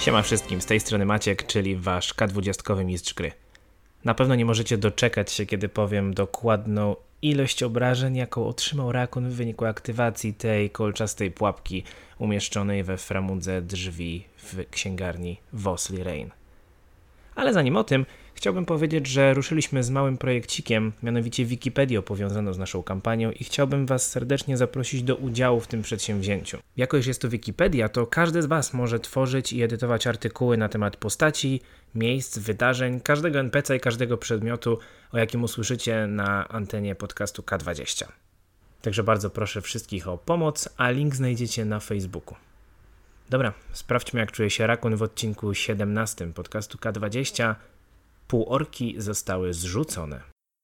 Siema wszystkim, z tej strony Maciek, czyli wasz K20 mistrz gry. Na pewno nie możecie doczekać się, kiedy powiem dokładną ilość obrażeń, jaką otrzymał Rakun w wyniku aktywacji tej kolczastej pułapki umieszczonej we framudze drzwi w księgarni Vosli Rain. Ale zanim o tym, chciałbym powiedzieć, że ruszyliśmy z małym projekcikiem, mianowicie Wikipedią powiązaną z naszą kampanią i chciałbym was serdecznie zaprosić do udziału w tym przedsięwzięciu. Jako iż jest to Wikipedia, to każdy z was może tworzyć i edytować artykuły na temat postaci, miejsc, wydarzeń, każdego NPC i każdego przedmiotu, o jakim usłyszycie na antenie podcastu K20. Także bardzo proszę wszystkich o pomoc, a link znajdziecie na Facebooku. Dobra, sprawdźmy, jak czuje się Rakun w odcinku 17 podcastu K20. Półorki zostały zrzucone.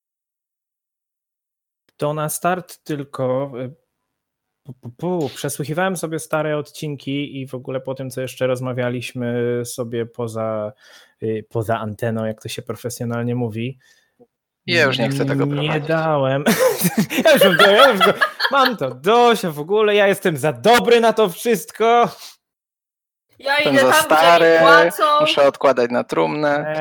To na start tylko przesłuchiwałem sobie stare odcinki i w ogóle po tym, co jeszcze rozmawialiśmy sobie poza anteną, jak to się profesjonalnie mówi. Ja już nie chcę tego prowadzić. Nie dałem. Mam to dość, w ogóle ja jestem za dobry na to wszystko. Ja Jestem idę za tam, stary, gdzie mi płacą. muszę odkładać na trumnę.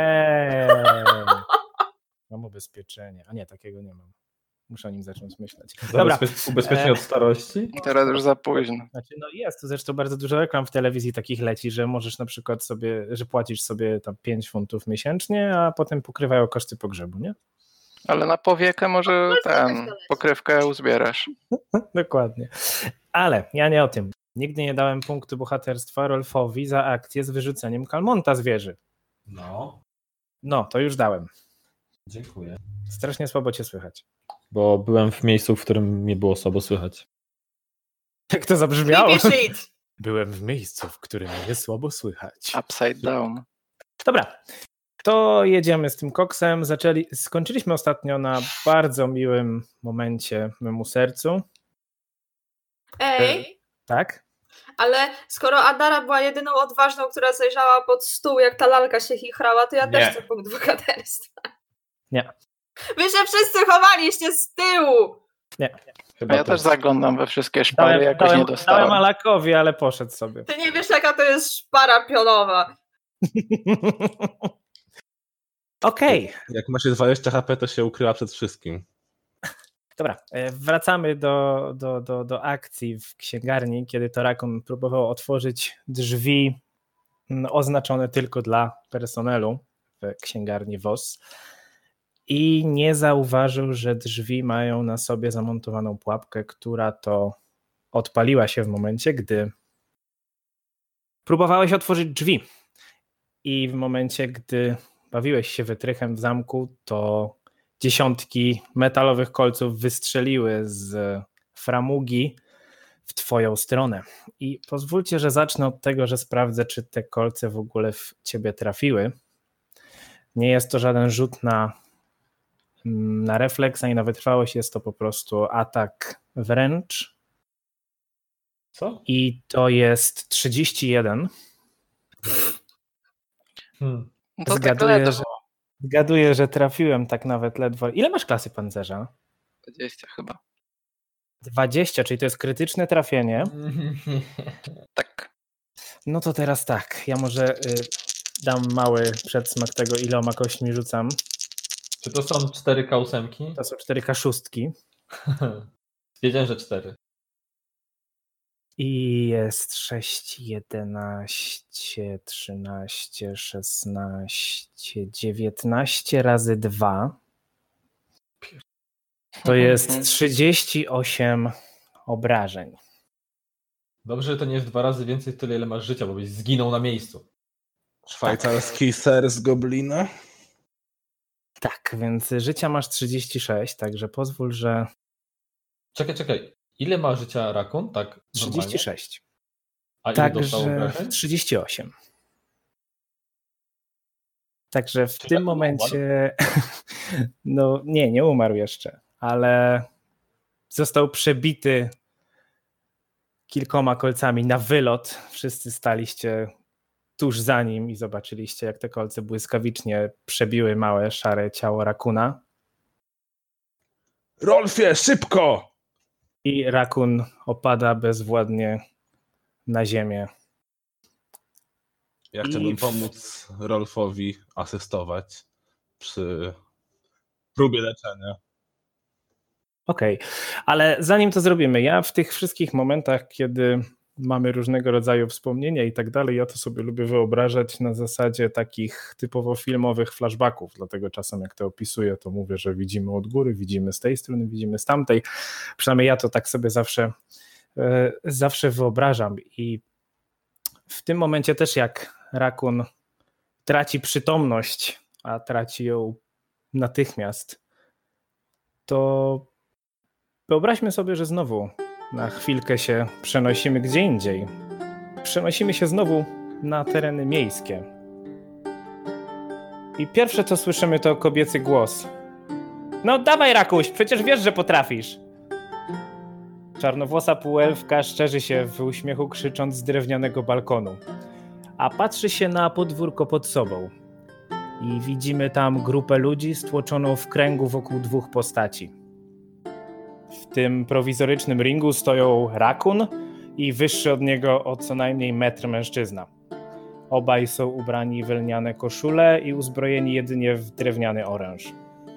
Mam ubezpieczenie. A nie, takiego nie mam. Muszę o nim zacząć myśleć. Dobra. Ubezpieczenie od starości? Teraz już za późno. Znaczy, no jest to zresztą bardzo dużo reklam w telewizji takich leci, że możesz na przykład sobie, że płacisz sobie tam 5 funtów miesięcznie, a potem pokrywają koszty pogrzebu, nie? Ale na powiekę może pokrywkę uzbierasz. Dokładnie. Ale ja nie o tym. Nigdy nie dałem punktu bohaterstwa Rolfowi za akcję z wyrzuceniem Kalmonta z wieży. No, to już dałem. Dziękuję. Strasznie słabo cię słychać. Bo byłem w miejscu, w którym nie było słabo słychać. Jak to zabrzmiało? Creepy shit. Byłem w miejscu, w którym mnie słabo słychać. Upside down. Dobra, to jedziemy z tym koksem. Skończyliśmy ostatnio na bardzo miłym momencie memu sercu. Ej, Tak? ale skoro Adara była jedyną odważną, która zajrzała pod stół, jak ta lalka się chichrała, to ja Nie. też chcę punkt bohaterstwa. Nie. Wy się wszyscy chowaliście z tyłu! Nie. Chyba Ja też zaglądam we wszystkie szpary, jakoś nie Dałem dostałem. Alakowi, ale poszedł sobie. Ty nie wiesz, jaka to jest szpara pionowa. Okej. Jak ma się 20 HP, to się ukryła przed wszystkim. Dobra, wracamy do akcji w księgarni, kiedy to Rakun próbował otworzyć drzwi oznaczone tylko dla personelu w księgarni Vos i nie zauważył, że drzwi mają na sobie zamontowaną pułapkę, która to odpaliła się w momencie, gdy próbowałeś otworzyć drzwi i w momencie, gdy bawiłeś się wytrychem w zamku, to dziesiątki metalowych kolców wystrzeliły z framugi w twoją stronę. I pozwólcie, że zacznę od tego, że sprawdzę, czy te kolce w ogóle w ciebie trafiły. Nie jest to żaden rzut na refleks ani na wytrwałość, jest to po prostu atak wręcz. Co? I to jest 31. No to tak Zgaduję, że trafiłem tak nawet ledwo. Ile masz klasy pancerza? 20 chyba. 20, czyli to jest krytyczne trafienie. Tak. No to teraz tak, ja może dam mały przedsmak tego, iloma kośćmi rzucam. Czy to są 4K8? To są 4K6. Wiedziałem, że 4. I jest 6, 11, 13, 16, 19 razy 2. To jest 38 obrażeń. Dobrze, że to nie jest 2 razy więcej tyle, ile masz życia, bo byś zginął na miejscu. Szwajcarski ser z goblina. Tak, więc życia masz 36, także pozwól, że... Czekaj. Ile ma życia Rakun? Tak, normalnie? 36. A ile dostał Także obrażeń? 38. Także w Czy tym Rakun momencie... No nie umarł jeszcze, ale został przebity kilkoma kolcami na wylot. Wszyscy staliście tuż za nim i zobaczyliście, jak te kolce błyskawicznie przebiły małe, szare ciało Rakuna. Rolfie, szybko! I Rakun opada bezwładnie na ziemię. Ja chciałbym pomóc Rolfowi asystować przy próbie leczenia. Okej, ale zanim to zrobimy, ja w tych wszystkich momentach, kiedy mamy różnego rodzaju wspomnienia i tak dalej, ja to sobie lubię wyobrażać na zasadzie takich typowo filmowych flashbacków, dlatego czasem jak to opisuję, to mówię, że widzimy od góry, widzimy z tej strony, widzimy z tamtej, przynajmniej ja to tak sobie zawsze wyobrażam i w tym momencie też jak Rakun traci przytomność, a traci ją natychmiast, to wyobraźmy sobie, że znowu na chwilkę się przenosimy gdzie indziej. Przenosimy się znowu na tereny miejskie. I pierwsze co słyszymy to kobiecy głos. No dawaj Rakuś, przecież wiesz, że potrafisz. Czarnowłosa półelfka szczerzy się w uśmiechu krzycząc z drewnianego balkonu. A patrzy się na podwórko pod sobą. I widzimy tam grupę ludzi stłoczoną w kręgu wokół dwóch postaci. W tym prowizorycznym ringu stoją Rakun i wyższy od niego o co najmniej metr mężczyzna. Obaj są ubrani w lniane koszule i uzbrojeni jedynie w drewniany oręż.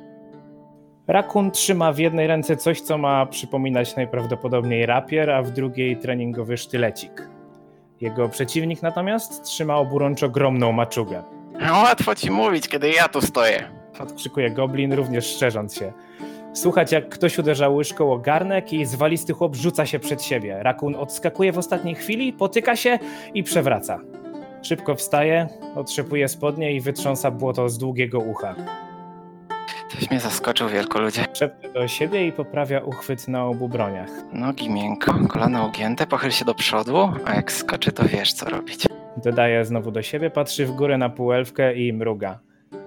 Rakun trzyma w jednej ręce coś, co ma przypominać najprawdopodobniej rapier, a w drugiej treningowy sztylecik. Jego przeciwnik natomiast trzyma oburącz ogromną maczugę. Łatwo ci mówić, kiedy ja tu stoję. Odkrzykuje goblin, również szczerząc się. Słuchać, jak ktoś uderza łyżką o garnek i zwalisty chłop rzuca się przed siebie. Rakun odskakuje w ostatniej chwili, potyka się i przewraca. Szybko wstaje, otrzepuje spodnie i wytrząsa błoto z długiego ucha. Coś mnie zaskoczył, wielkoludzie. Szepcze do siebie i poprawia uchwyt na obu broniach. Nogi miękko, kolana ugięte, pochyl się do przodu, a jak skoczy, to wiesz, co robić. Dodaje znowu do siebie, patrzy w górę na półelfkę i mruga.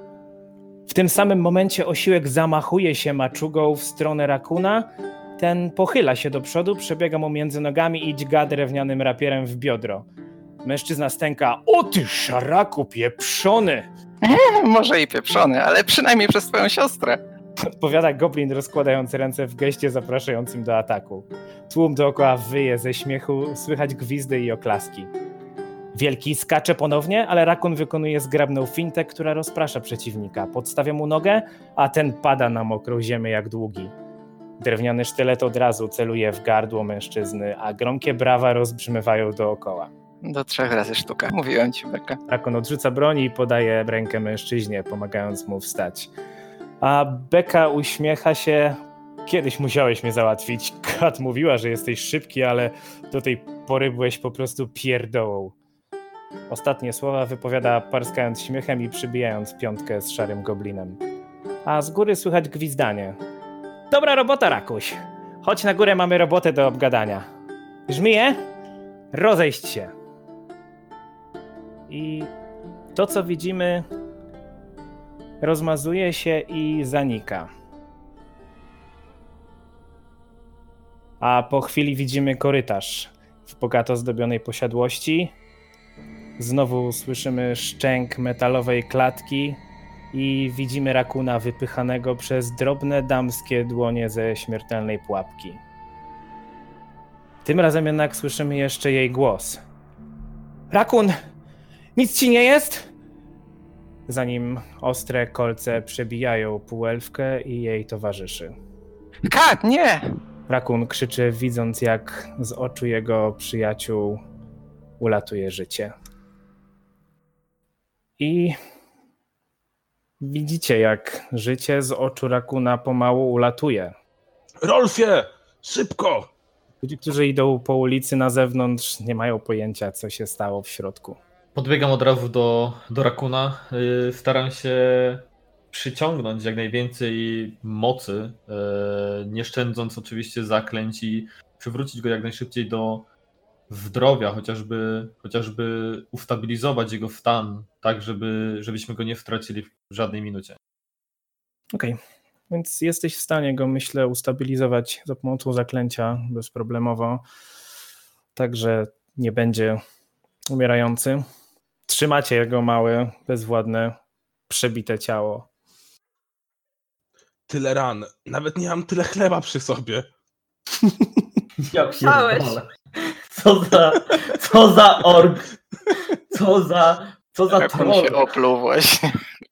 W tym samym momencie osiłek zamachuje się maczugą w stronę Rakuna. Ten pochyla się do przodu, przebiega mu między nogami i dźga drewnianym rapierem w biodro. Mężczyzna stęka. O ty szaraku pieprzony! Może i pieprzony, ale przynajmniej przez twoją siostrę. Odpowiada goblin, rozkładając ręce w geście zapraszającym do ataku. Tłum dookoła wyje ze śmiechu, słychać gwizdy i oklaski. Wielki skacze ponownie, ale Rakun wykonuje zgrabną fintę, która rozprasza przeciwnika. Podstawia mu nogę, a ten pada na mokrą ziemię jak długi. Drewniany sztylet od razu celuje w gardło mężczyzny, a gromkie brawa rozbrzmiewają dookoła. Do 3 razy sztuka. Mówiłem ci, Beka. Rakun odrzuca broń i podaje rękę mężczyźnie, pomagając mu wstać. A Beka uśmiecha się. Kiedyś musiałeś mnie załatwić. Kat mówiła, że jesteś szybki, ale do tej pory byłeś po prostu pierdołą. Ostatnie słowa wypowiada parskając śmiechem i przybijając piątkę z szarym goblinem. A z góry słychać gwizdanie. Dobra robota, Rakuś. Chodź na górę, mamy robotę do obgadania. Żmije? Rozejść się. I to, co widzimy, rozmazuje się i zanika. A po chwili widzimy korytarz w bogato zdobionej posiadłości. Znowu słyszymy szczęk metalowej klatki i widzimy Rakuna wypychanego przez drobne damskie dłonie ze śmiertelnej pułapki. Tym razem jednak słyszymy jeszcze jej głos. Rakun! Nic ci nie jest? Zanim ostre kolce przebijają półelfkę i jej towarzyszy. Kat, nie! Rakun krzyczy, widząc jak z oczu jego przyjaciół ulatuje życie. I widzicie, jak życie z oczu Rakuna pomału ulatuje. Rolfie! Szybko! Ludzie, którzy idą po ulicy na zewnątrz, nie mają pojęcia, co się stało w środku. Podbiegam od razu do Rakuna. Staram się przyciągnąć jak najwięcej mocy, nie szczędząc oczywiście zaklęć i przywrócić go jak najszybciej do zdrowia, chociażby ustabilizować jego stan, tak żebyśmy go nie stracili w żadnej minucie. Okej, więc jesteś w stanie go, myślę, ustabilizować za pomocą zaklęcia bezproblemowo, tak że nie będzie umierający. Trzymacie jego małe, bezwładne, przebite ciało. Tyle ran. Nawet nie mam tyle chleba przy sobie. Ja pierdolę. Co za ork. Co za Co za Rakun się troll. opluł właśnie.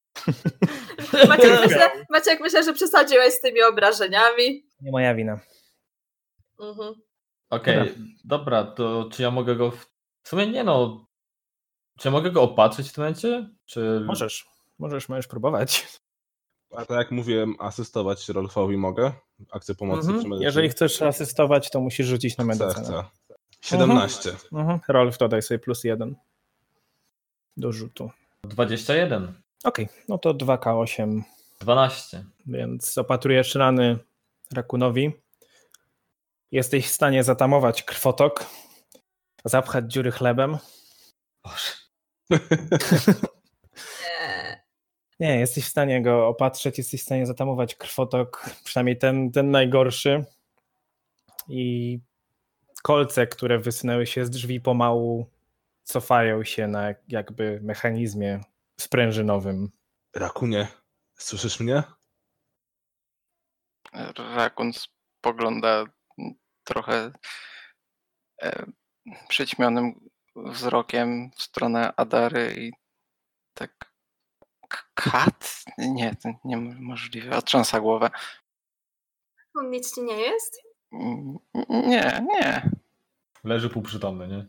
Maciek, myślę, że przesadziłeś z tymi obrażeniami. Nie moja wina. Mhm. Okej, dobra, to czy ja mogę go... W sumie nie no... Czy ja mogę go opatrzyć w tym momencie? Czy... Możesz próbować. A tak jak mówiłem, asystować Rolfowi mogę? Akcję pomocy przy medycynie. Jeżeli chcesz asystować, to musisz rzucić na medycynę. Chcę. 17. Rolf, dodaj sobie +1 do rzutu. 21. Okej, no to 2K8, 12. więc opatrujesz rany Rakunowi. Jesteś w stanie zatamować krwotok, zapchać dziury chlebem. Boże. Nie, jesteś w stanie go opatrzeć, jesteś w stanie zatamować krwotok, przynajmniej ten najgorszy. I kolce, które wysunęły się z drzwi, pomału cofają się na jakby mechanizmie sprężynowym. Rakunie, słyszysz mnie? Rakun spogląda trochę przyćmionym wzrokiem w stronę Adary i tak... Kat? Nie, to niemożliwe. Otrząsa głowę. On nic ci nie jest? Nie. Leży półprzytomny, nie?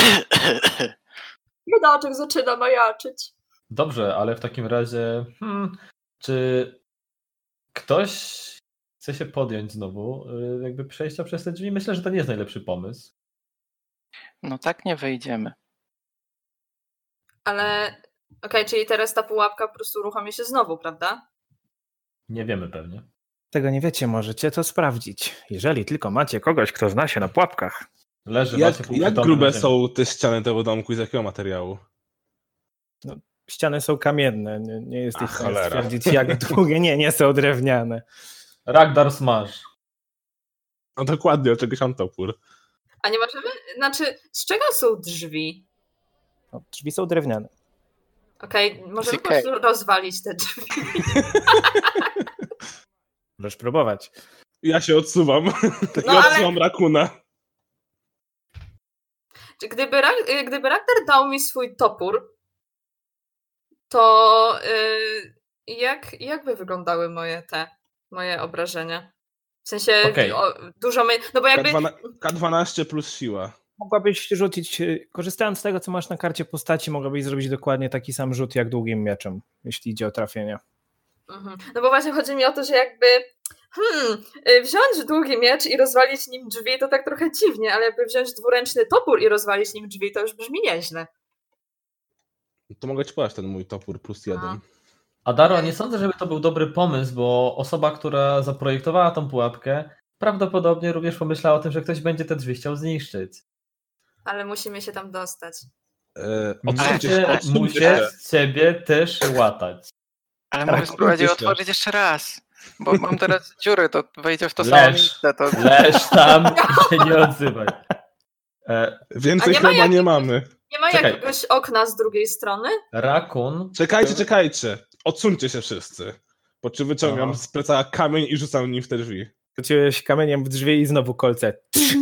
Biedaczek zaczyna majaczyć. Dobrze, ale w takim razie... czy ktoś chce się podjąć znowu jakby przejścia przez te drzwi? Myślę, że to nie jest najlepszy pomysł. No tak nie wejdziemy. Ale okej, czyli teraz ta pułapka po prostu uruchomi się znowu, prawda? Nie wiemy pewnie. Tego nie wiecie, możecie to sprawdzić. Jeżeli tylko macie kogoś, kto zna się na pułapkach. Leży właśnie Jak półprzytomny grube na ziemi. są te ściany tego domku i z jakiego materiału? Ściany są kamienne, nie jesteś w stanie cholera. stwierdzić jak długie. Nie są drewniane. Ragnar Smash. No dokładnie, od czegoś mam topór. A nie możemy? Znaczy, z czego są drzwi? No, drzwi są drewniane. Okej, możemy po Okej. prostu rozwalić te drzwi. Możesz próbować. Ja się odsuwam. No, I ale- odsuwam Rakuna. Gdyby Ragnar dał mi swój topór, to jak by wyglądały moje obrażenia? W sensie Okej. dużo no bo jakby K12 plus siła. Mogłabyś rzucić, korzystając z tego, co masz na karcie postaci, mogłabyś zrobić dokładnie taki sam rzut jak długim mieczem, jeśli idzie o trafienie. No bo właśnie chodzi mi o to, że jakby wziąć długi miecz i rozwalić nim drzwi to tak trochę dziwnie, ale jakby wziąć dwuręczny topór i rozwalić nim drzwi to już brzmi nieźle. To mogę ci podać ten mój topór plus 1. Adaro, nie sądzę, żeby to był dobry pomysł, bo osoba, która zaprojektowała tą pułapkę, prawdopodobnie również pomyślała o tym, że ktoś będzie te drzwi chciał zniszczyć. Ale musimy się tam dostać. Odsuńcie Muszę się. z ciebie też łatać. Ale Tak, mogę spróbować je odsuńcie się. otworzyć jeszcze raz. Bo mam teraz dziury, to wejdzie w to samo Leż. miejsce. To... Leż tam i się nie odzywaj. Więcej A nie ma chleba nie jakich- mamy. Nie ma Czekaj. jakiegoś okna z drugiej strony? Rakun. Czekajcie. Odsuńcie się wszyscy. Po czym wyciągam Aha. z plecaka kamień i rzucam nim w te drzwi. Rzuciłeś kamieniem w drzwi i znowu kolce.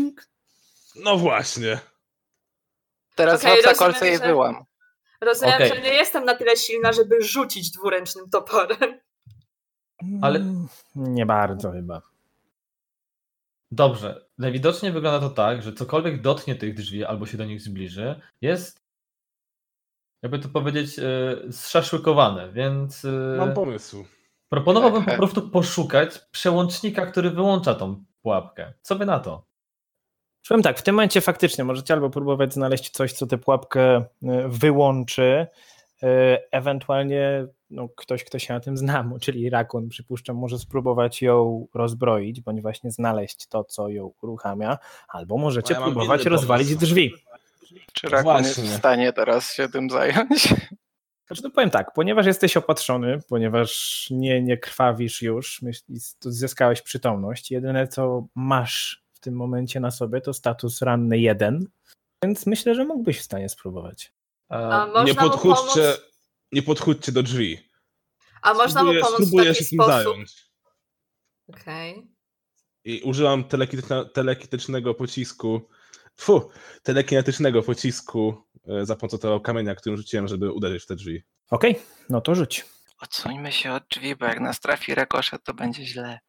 No właśnie. Teraz Okej, za rozumiem, kolce je że- wyłam. Rozumiem, Okej. że nie jestem na tyle silna, żeby rzucić dwuręcznym toporem. Ale- Nie bardzo chyba. Dobrze. Najwidoczniej wygląda to tak, że cokolwiek dotknie tych drzwi albo się do nich zbliży, jest, jakby to powiedzieć, zszaszłykowane, więc Mam pomysł. proponowałbym po prostu poszukać przełącznika, który wyłącza tą pułapkę. Co wy na to? Powiem tak, w tym momencie faktycznie możecie albo próbować znaleźć coś, co tę pułapkę wyłączy, ewentualnie ktoś, kto się na tym zna, czyli Rakun, przypuszczam, może spróbować ją rozbroić, bądź właśnie znaleźć to, co ją uruchamia, albo możecie Ja mam próbować inny rozwalić pomysł. drzwi. Czy Rakun jest Właśnie. w stanie teraz się tym zająć? Znaczy, to powiem tak, ponieważ jesteś opatrzony, ponieważ nie krwawisz już, zyskałeś przytomność, jedyne co masz w tym momencie na sobie to status ranny 1, więc myślę, że mógłbyś w stanie spróbować. A E, można Nie mu podchódźcie, pomóc? nie podchódźcie do drzwi. A można mu pomóc w Spróbuję taki się tym sposób? zająć. Okej. I użyłam telekinetycznego pocisku. Telekinetycznego pocisku za pomocą tego kamienia, którym rzuciłem, żeby uderzyć w te drzwi. Okej, no to rzuć. Odsuńmy się od drzwi, bo jak nas trafi rekoszet, to będzie źle.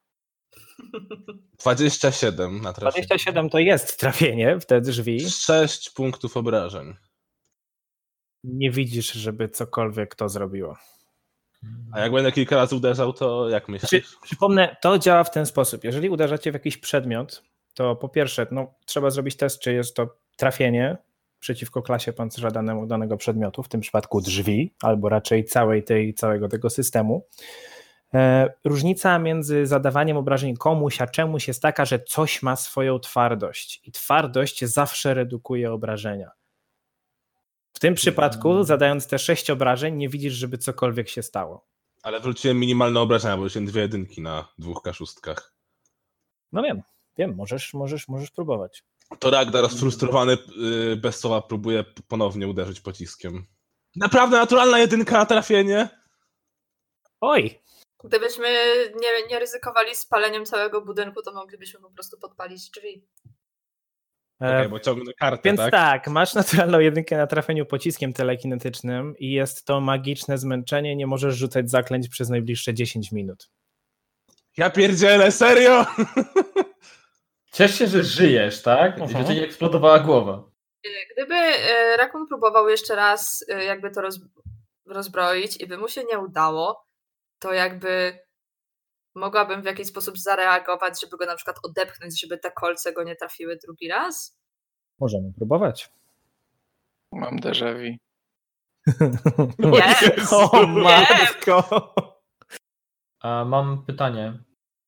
27 na trafienie. 27 to jest trafienie w te drzwi. 6 punktów obrażeń. Nie widzisz, żeby cokolwiek to zrobiło. A jak będę kilka razy uderzał, to jak myślisz? Przypomnę, to działa w ten sposób. Jeżeli uderzacie w jakiś przedmiot, to po pierwsze trzeba zrobić test, czy jest to trafienie przeciwko klasie pancerza danego przedmiotu, w tym przypadku drzwi, albo raczej całego tego systemu. Różnica między zadawaniem obrażeń komuś a czemuś jest taka, że coś ma swoją twardość i twardość zawsze redukuje obrażenia. W tym przypadku, zadając te 6 obrażeń, nie widzisz, żeby cokolwiek się stało. Ale wróciłem minimalne obrażenia, bo już 2 jedynki na 2 K6. No wiem, możesz próbować. To Ragnar sfrustrowany bez słowa próbuje ponownie uderzyć pociskiem. Naprawdę naturalna jedynka na trafienie? Oj! Gdybyśmy nie ryzykowali spaleniem całego budynku, to moglibyśmy po prostu podpalić drzwi. Okej, bo ciągnę kartę, Więc tak? tak, masz naturalną jedynkę na trafieniu pociskiem telekinetycznym i jest to magiczne zmęczenie, nie możesz rzucać zaklęć przez najbliższe 10 minut. Ja pierdzielę, serio? Ciesz się, że żyjesz, tak? Że ci nie eksplodowała głowa. Gdyby Rakun próbował jeszcze raz jakby to rozbroić i by mu się nie udało, to jakby mogłabym w jakiś sposób zareagować, żeby go na przykład odepchnąć, żeby te kolce go nie trafiły drugi raz? Możemy próbować. Mam déjà vu. Nie. O matko! A mam pytanie.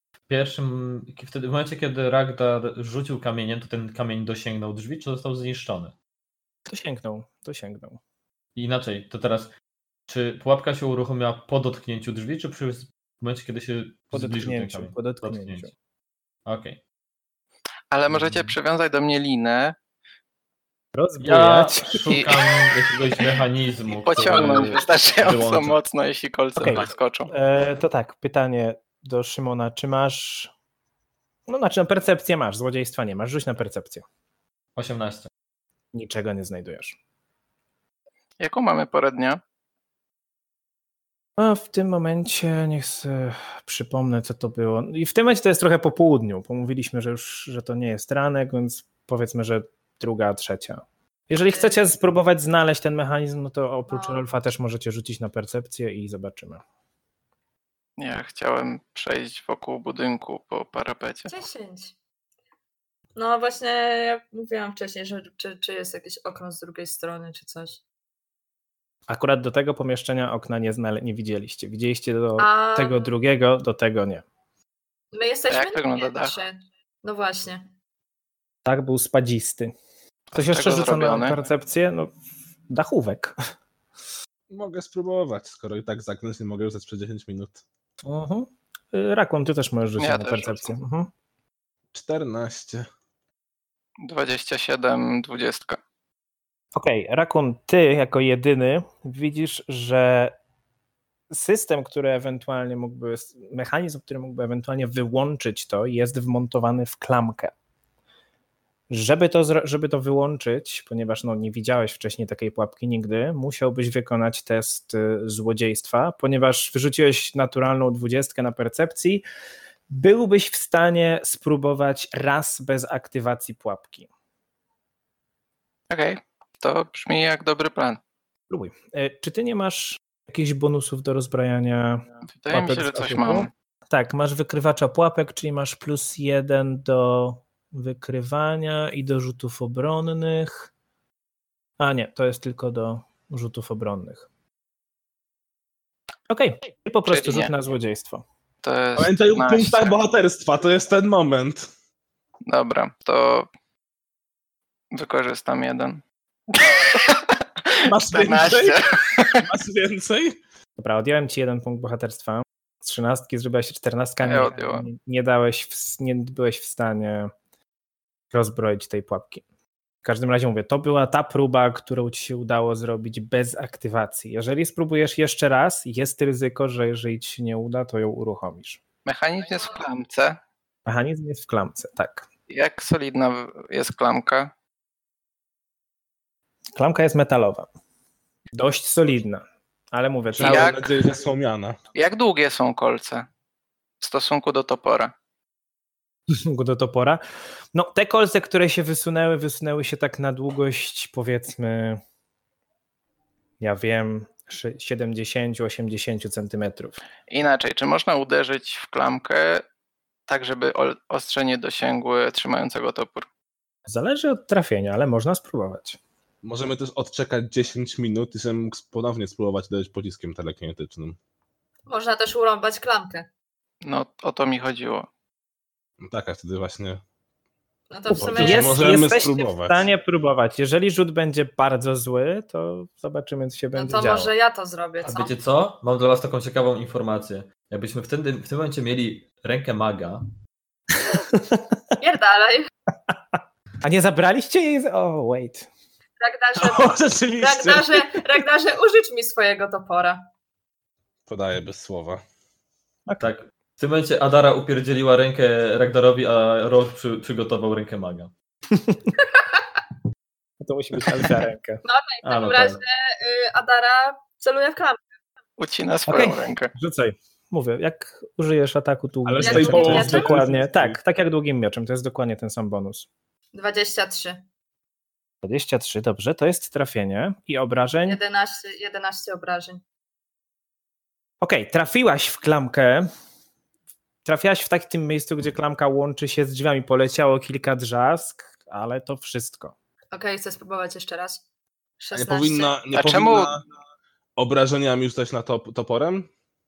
W momencie, kiedy Ragnar rzucił kamieniem, to ten kamień dosięgnął drzwi, czy został zniszczony? To sięgnął. I inaczej, to teraz, czy pułapka się uruchomiła po dotknięciu drzwi, czy w momencie, kiedy się zbliżył ten kamień? Po dotknięciu. Okej. Ale możecie przywiązać do mnie linę Ja Rozbujać. szukam jakiegoś mechanizmu. i pociągnąć który wystarczająco wyłączy. mocno, jeśli kolce Okej. podskoczą. To tak, pytanie do Szymona, czy masz... na percepcję masz, złodziejstwa nie masz, rzuć na percepcję. 18. Niczego nie znajdujesz. Jaką mamy porę dnia? A w tym momencie niech sobie przypomnę, co to było. I w tym momencie to jest trochę po południu. Pomówiliśmy, że to nie jest ranek, więc powiedzmy, że 2, 3. Jeżeli chcecie spróbować znaleźć ten mechanizm, no to oprócz Rolfa też możecie rzucić na percepcję i zobaczymy. Ja chciałem przejść wokół budynku po parapecie. 10. No właśnie, jak mówiłam wcześniej, że czy jest jakieś okno z drugiej strony, czy coś. Akurat do tego pomieszczenia okna nie widzieliście. Widzieliście do A tego drugiego, do tego nie. my jesteśmy Jak wygląda na dach? piętrze. No właśnie. Tak, był spadzisty. Coś z jeszcze czego rzuca na zrobiony? percepcję? No, dachówek. Mogę spróbować, skoro i tak zaklęć nie mogę rzucać przez 10 minut. Rakłon, ty też możesz rzucić Ja na też percepcję. 14. 27, 20. Okej, Rakun, ty jako jedyny widzisz, że system, mechanizm, który mógłby ewentualnie wyłączyć to, jest wmontowany w klamkę. Żeby to wyłączyć, ponieważ nie widziałeś wcześniej takiej pułapki nigdy, musiałbyś wykonać test złodziejstwa, ponieważ wyrzuciłeś naturalną 20 na percepcji, byłbyś w stanie spróbować raz bez aktywacji pułapki. Okej, to brzmi jak dobry plan. Próbuj. Czy ty nie masz jakichś bonusów do rozbrajania? Wydaje mi się, że pułapek z coś ataku? mam. Tak, masz wykrywacza pułapek, czyli masz +1 do wykrywania i do rzutów obronnych. A nie, to jest tylko do rzutów obronnych. Okej, i po prostu Czyli rzut nie. na złodziejstwo. To jest Pamiętaj o 15. punktach bohaterstwa, to jest ten moment. Dobra, to wykorzystam jeden. Masz 14. więcej? Masz więcej? Dobra, odjąłem ci 1 punkt bohaterstwa. Z 13 zrobiła się 14. Ja odjąłem. Nie byłeś w stanie rozbroić tej pułapki. W każdym razie mówię, to była ta próba, którą ci się udało zrobić bez aktywacji. Jeżeli spróbujesz jeszcze raz, jest ryzyko, że jeżeli ci się nie uda, to ją uruchomisz. Mechanizm jest w klamce. Mechanizm jest w klamce, tak. Jak solidna jest klamka? Klamka jest metalowa. Dość solidna. Ale mówię, Jak- Mam nadzieję, że słomiana. Jak długie są kolce w stosunku do topora? do topora. No, te kolce, które się wysunęły się tak na długość, powiedzmy, ja wiem, 70-80 centymetrów. Inaczej, czy można uderzyć w klamkę tak, żeby ostrze nie dosięgły trzymającego topór? Zależy od trafienia, ale można spróbować. Możemy też odczekać 10 minut i żebym mógł ponownie spróbować uderzyć pociskiem telekinetycznym. Można też urąbać klamkę. No, o to mi chodziło. No tak, a wtedy właśnie... No to w sumie Jest- jest... możemy jesteście spróbować. w stanie próbować. Jeżeli rzut będzie bardzo zły, to zobaczymy, co się No będzie to działo. może ja to zrobię, A co? wiecie co? Mam dla was taką ciekawą informację. Jakbyśmy w tym momencie mieli rękę maga, Pierdalej. A nie zabraliście jej? O, wait. Ragnarze, O, rzeczywiście! Ragnarze, użycz mi swojego topora. Podaję bez słowa. tak, w tym momencie Adara upierdzieliła rękę Ragnarowi, a Rolf przygotował rękę maga. To musi być elfia ręka. W takim razie Adara celuje w klamkę. Ucina swoją Okej. rękę. Rzucaj. Mówię, jak użyjesz ataku tu... Ale z tej to połowy. jest dokładnie, tak jak długim mieczem, to jest dokładnie ten sam bonus. 23. 23, dobrze, to jest trafienie i obrażeń. 11 obrażeń. Okej, trafiłaś w klamkę. Trafiałaś w takim miejscu, gdzie klamka łączy się z drzwiami. Poleciało kilka drzask, ale to wszystko. Okej, chcę spróbować jeszcze raz. A 16. nie powinna A czemu- obrażeniami rzucać na toporem?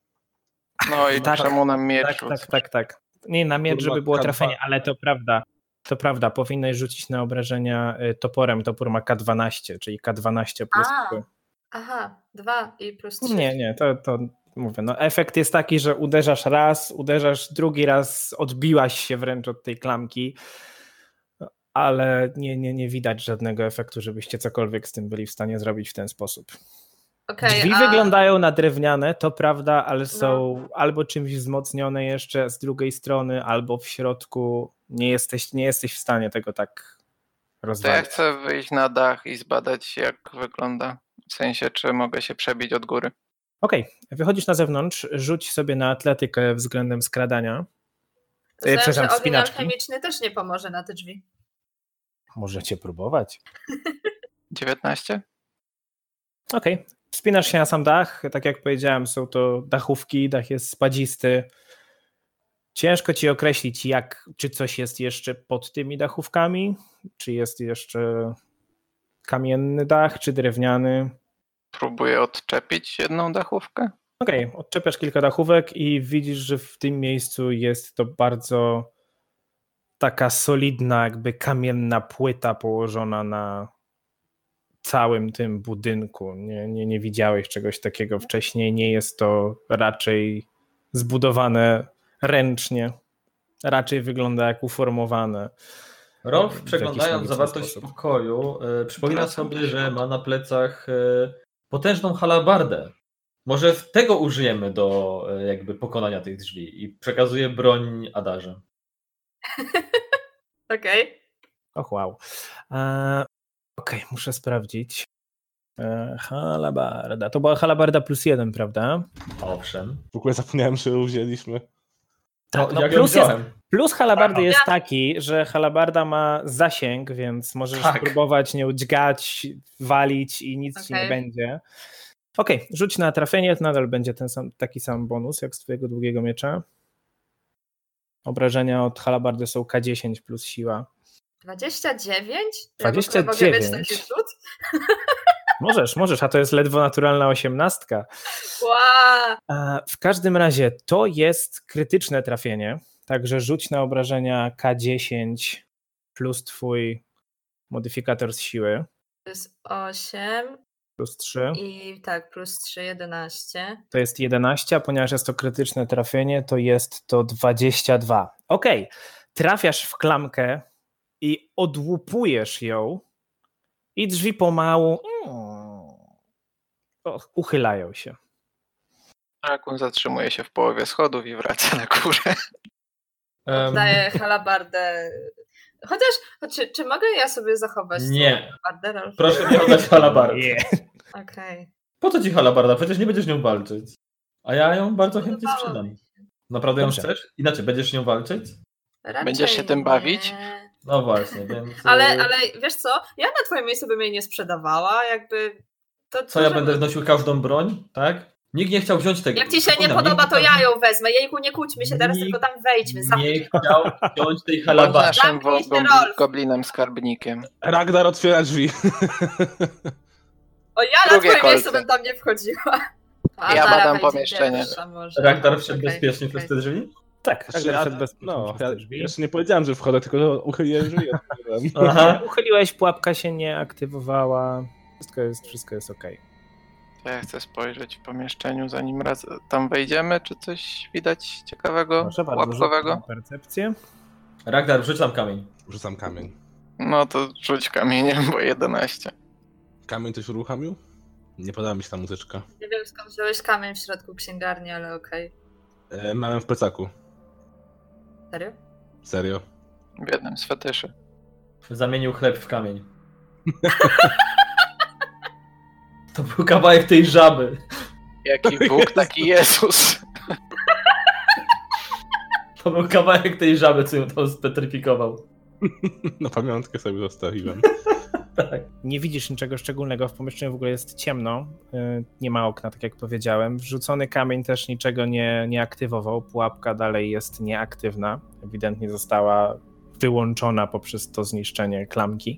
No i Tak, czemu nam miecz? Tak. Nie na miecz, Kurwa, żeby było K2. trafienie, ale to prawda. To prawda, powinnaś rzucić na obrażenia toporem. Topór ma K12, czyli K12 plus A. 3. Aha, 2 i plus 3. Nie, to mówię. No, efekt jest taki, że uderzasz raz, uderzasz drugi raz, odbiłaś się wręcz od tej klamki, ale nie widać żadnego efektu, żebyście cokolwiek z tym byli w stanie zrobić w ten sposób. Okej, Drzwi wyglądają na drewniane, to prawda, ale są No. albo czymś wzmocnione jeszcze z drugiej strony, albo w środku nie jesteś w stanie tego tak To ja rozwalić. chcę wyjść na dach i zbadać, jak wygląda. W sensie, czy mogę się przebić od góry. Okej, wychodzisz na zewnątrz, rzuć sobie na atletykę względem skradania. Myślałem, że przepraszam, ogień wspinaczki. alchemiczny też nie pomoże na te drzwi. Możecie próbować. 19? Okej, wspinasz się na sam dach. Tak jak powiedziałem, są to dachówki, dach jest spadzisty. Ciężko ci określić, czy coś jest jeszcze pod tymi dachówkami, czy jest jeszcze kamienny dach, czy drewniany. Próbuję odczepić jedną dachówkę. Okej, odczepiasz kilka dachówek i widzisz, że w tym miejscu jest to bardzo taka solidna, jakby kamienna płyta położona na całym tym budynku. Nie widziałeś czegoś takiego wcześniej. Nie jest to raczej zbudowane ręcznie. Raczej wygląda jak uformowane. Rolf, w jakiś przeglądając magiczny zawartość sposób. pokoju, przypomina Wracam do sobie, że środka. ma na plecach potężną halabardę. Może tego użyjemy do jakby pokonania tych drzwi i przekazuje broń Adarze. Okej. Och, wow. Okej, muszę sprawdzić. Halabarda. To była halabarda +1, prawda? Owszem. W ogóle zapomniałem, że ją wzięliśmy. Tak, no jak plus ją jest, wziąłem? plus halabardy jest taki, że halabarda ma zasięg, więc możesz Tak. spróbować nią dźgać, walić i nic ci nie Okej. będzie. Okej, rzuć na trafienie, to nadal będzie taki sam bonus jak z twojego długiego miecza. Obrażenia od halabardy są K10 plus siła. 29? 29? Mogę mieć taki rzut? Możesz, a to jest ledwo naturalna 18. Wow. W każdym razie to jest krytyczne trafienie, także rzuć na obrażenia K10 plus twój modyfikator z siły, To jest 8 plus 3. i tak, plus 3, 11. To jest 11, a ponieważ jest to krytyczne trafienie, to jest to 22. Okej, trafiasz w klamkę i odłupujesz ją i drzwi pomału uchylają się. Rakun zatrzymuje się w połowie schodów i wraca na górę. Oddaję halabardę Czy mogę ja sobie zachować Nie. halabardę, Rolf? Proszę nie oddać halabardy. Nie. Okej. Po co ci halabarda? Przecież nie będziesz nią walczyć. A ja ją bardzo chętnie Podobało sprzedam. mi się. Naprawdę ją Dobrze. chcesz? Inaczej, będziesz nią walczyć? Raczej Będziesz się tym nie. bawić? No właśnie, więc... Ale wiesz co, ja na twoim miejscu bym jej nie sprzedawała, jakby... Co, ja będę wnosił każdą broń, tak? Nikt nie chciał wziąć tego. Jak ci się nie Przypominam, podoba, nikt to ja ją wezmę. Jejku, nie kłóćmy się teraz, Nikt tylko tam wejdźmy. nie Zamknij. chciał wziąć tej Bądź halabardy. naszym Zamknij się, Rolf. goblinem skarbnikiem. Ragnar otwiera drzwi. O, ja na Drugie twoim kolce. miejscu bym tam nie wchodziła. A Ja Dara badam wejdzie pomieszczenie. pierwsza może. Ragnar wszedł Okej, bezpiecznie okej. przez te drzwi? Tak, Znaczy, Ragnar wszedł bezpiecznie no, przez ja te drzwi. jeszcze nie powiedziałem, że wchodzę, tylko że uchyliłem drzwi. Aha. Uchyliłeś, pułapka się nie aktywowała. Wszystko jest okej. To ja chcę spojrzeć w pomieszczeniu, zanim raz tam wejdziemy, czy coś widać ciekawego, Proszę bardzo, rzuć na łapkowego. percepcję. Ragnar, wrzuć tam kamień. Rzucam kamień. No to rzuć kamieniem, bo 11. Kamień coś uruchomił? Nie podoba mi się ta muzyczka. Nie wiem skąd wziąłeś kamień w środku księgarni, ale okej. Mamy w plecaku. Serio? Serio. W jednym z fetyszy. Zamienił chleb w kamień. To był kawałek tej żaby. Jaki Bóg, taki Jezus. To był kawałek tej żaby, co ją tam spetryfikował. Na pamiątkę sobie zostawiłem. Tak. Nie widzisz niczego szczególnego, w pomieszczeniu w ogóle jest ciemno, nie ma okna, tak jak powiedziałem. Wrzucony kamień też niczego nie aktywował, pułapka dalej jest nieaktywna, ewidentnie została wyłączona poprzez to zniszczenie klamki.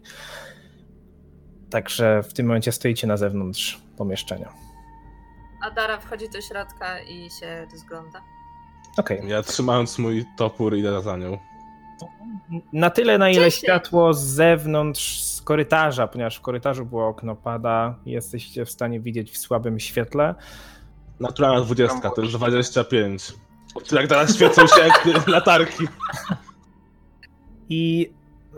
Także w tym momencie stoicie na zewnątrz pomieszczenia. A Dara wchodzi do środka i się rozgląda. Okej. Ja trzymając mój topór idę za nią. Na tyle, na ile 10. światło z zewnątrz, z korytarza, ponieważ w korytarzu było okno, pada, jesteście w stanie widzieć w słabym świetle. Naturalna 20, to już 25. Jak teraz świecą się jak latarki. I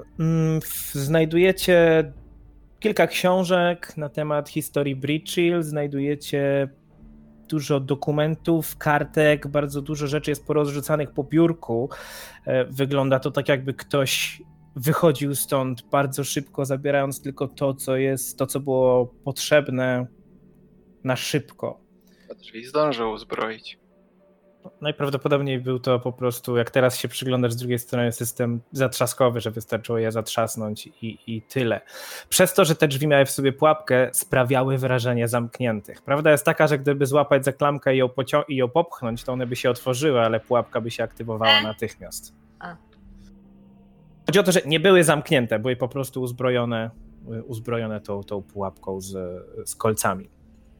znajdujecie kilka książek na temat historii Bridgehill, znajdujecie dużo dokumentów, kartek, bardzo dużo rzeczy jest porozrzucanych po biurku. Wygląda to tak, jakby ktoś wychodził stąd bardzo szybko, zabierając tylko to, co było potrzebne na szybko. Drzwi zdążył uzbroić. Najprawdopodobniej był to po prostu, jak teraz się przyglądasz z drugiej strony, system zatrzaskowy, że wystarczyło je zatrzasnąć i tyle. Przez to, że te drzwi miały w sobie pułapkę, sprawiały wrażenie zamkniętych. Prawda jest taka, że gdyby złapać za klamkę i ją popchnąć, to one by się otworzyły, ale pułapka by się aktywowała natychmiast. Chodzi o to, że nie były zamknięte, były po prostu uzbrojone tą pułapką z kolcami.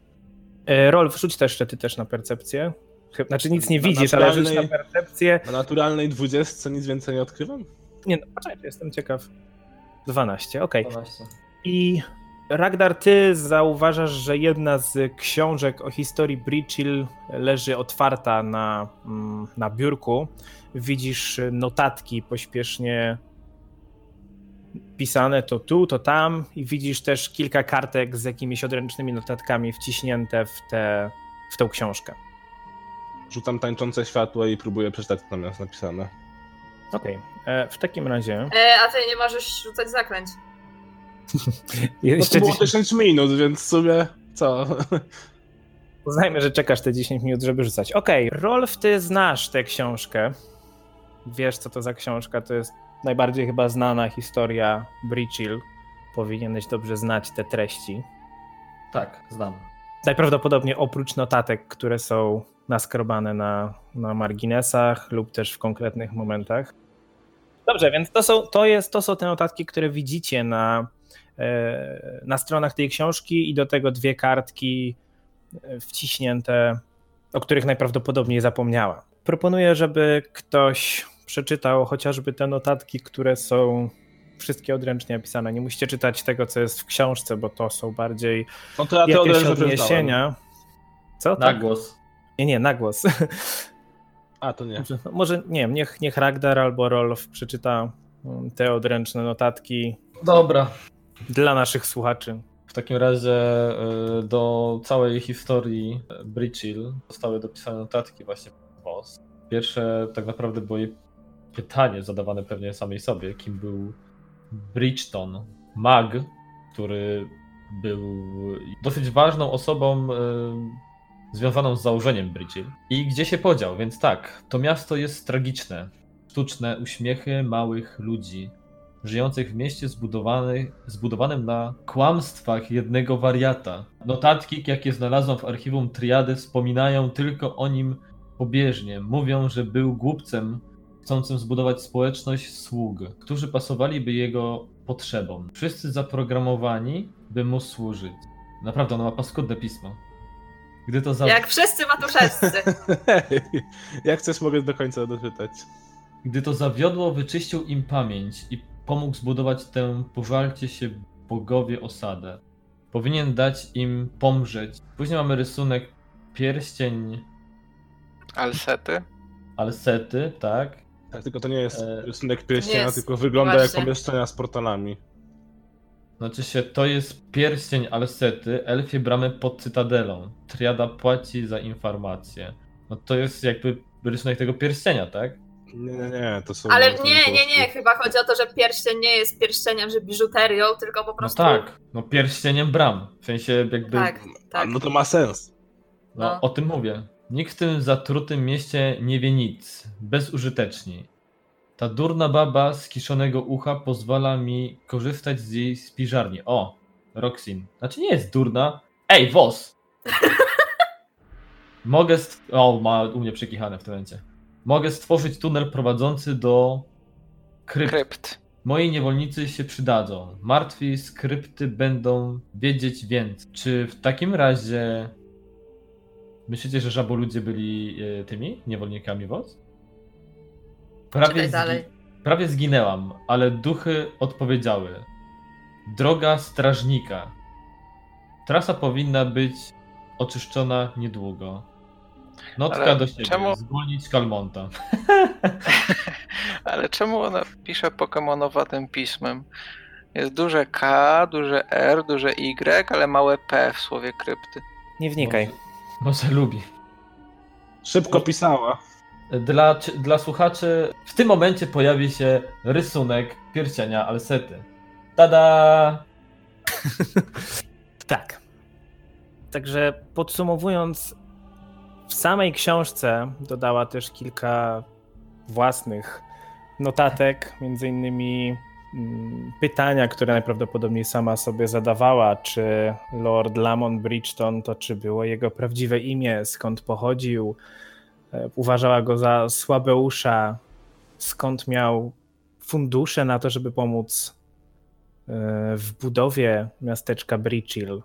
Rolf, rzuć też ty też na percepcję. Znaczy nic nie widzisz, ale rzuć na percepcję. Na naturalnej 20 nic więcej nie odkrywam? Nie, no poczekaj, jestem ciekaw. 12, okej. 12. I Ragnar, ty zauważasz, że jedna z książek o historii Bridgehill leży otwarta na biurku. Widzisz notatki pośpiesznie pisane to tu, to tam i widzisz też kilka kartek z jakimiś odręcznymi notatkami wciśnięte w tą książkę. Rzucam tańczące światło i próbuję przeczytać, co tam jest napisane. Okej, w takim razie... A ty nie możesz rzucać zaklęć. No to było 10 minut, więc w sumie co? Uznajmy, że czekasz te 10 minut, żeby rzucać. Okej, Rolf, ty znasz tę książkę. Wiesz, co to za książka. To jest najbardziej chyba znana historia Bridgehill. Powinieneś dobrze znać te treści. Tak, znam. Najprawdopodobniej oprócz notatek, które są naskrobane na marginesach lub też w konkretnych momentach. Dobrze, więc to są te notatki, które widzicie na stronach tej książki i do tego dwie kartki wciśnięte, o których najprawdopodobniej zapomniała. Proponuję, żeby ktoś przeczytał chociażby te notatki, które są wszystkie odręcznie napisane. Nie musicie czytać tego, co jest w książce, bo to są bardziej No to ja te jakieś odręczne odniesienia. Co? Na głos. Nie, na głos. A, to nie. Może, nie wiem, niech Ragnar albo Rolf przeczyta te odręczne notatki Dobra. dla naszych słuchaczy. W takim razie do całej historii Bridgehill zostały dopisane notatki właśnie w boss. Pierwsze tak naprawdę było jej pytanie zadawane pewnie samej sobie, kim był Bridgeton, mag, który był dosyć ważną osobą związaną z założeniem Bridgehill. I gdzie się podział, więc tak, to miasto jest tragiczne. Sztuczne uśmiechy małych ludzi, żyjących w mieście zbudowanym na kłamstwach jednego wariata. Notatki, jakie znalazłam w archiwum Triady, wspominają tylko o nim pobieżnie. Mówią, że był głupcem chcącym zbudować społeczność sług, którzy pasowaliby jego potrzebom. Wszyscy zaprogramowani, by mu służyć. Naprawdę, ono ma paskudne pismo. Gdy to Jak wszyscy matuszewscy. Jak chcesz, mogę do końca doczytać. Gdy to zawiodło, wyczyścił im pamięć i pomógł zbudować tę pożalcie się bogowie osadę. Powinien dać im pomrzeć. Później mamy rysunek pierścień Alsety, tak? Tak, tylko to nie jest rysunek pierścienia, jest, tylko wygląda właśnie. jak pomieszczenia z portalami. Znaczy się, to jest pierścień Alsety, elfie bramy pod Cytadelą. Triada płaci za informacje. No to jest jakby rysunek tego pierścienia, tak? Nie, to są... Ale to są nie, chyba chodzi o to, że pierścień nie jest pierścieniem, że biżuterią, tylko po prostu... No tak, no pierścieniem bram. W sensie jakby... Tak. No to ma sens. No, o tym mówię. Nikt w tym zatrutym mieście nie wie nic. Bezużyteczni. Ta durna baba z kiszonego ucha pozwala mi korzystać z jej spiżarni. O, Roxin. Znaczy nie jest durna. Ej, Wos! ma u mnie przekichane w tym momencie. Mogę stworzyć tunel prowadzący do krypt. Moi niewolnicy się przydadzą. Martwi z krypty będą wiedzieć więcej. Czy w takim razie myślicie, że żaboludzie byli tymi niewolnikami Wos? Prawie zginęłam, ale duchy odpowiedziały. Droga strażnika. Trasa powinna być oczyszczona niedługo. Notka Ale do siebie. czemu- Zwolnić Kalmonta. Ale czemu ona pisze pokemonowatym pismem? Jest duże K, duże R, duże Y, ale małe P w słowie krypty. Nie wnikaj. Może lubi. Szybko pisała. Dla słuchaczy w tym momencie pojawi się rysunek pierścienia Alsety. Tada! Tak. Także podsumowując, w samej książce dodała też kilka własnych notatek, między innymi pytania, które najprawdopodobniej sama sobie zadawała, czy Lord Lamont Bridgeton to czy było jego prawdziwe imię, skąd pochodził, uważała go za słabeusza, skąd miał fundusze na to, żeby pomóc w budowie miasteczka Bridgehill.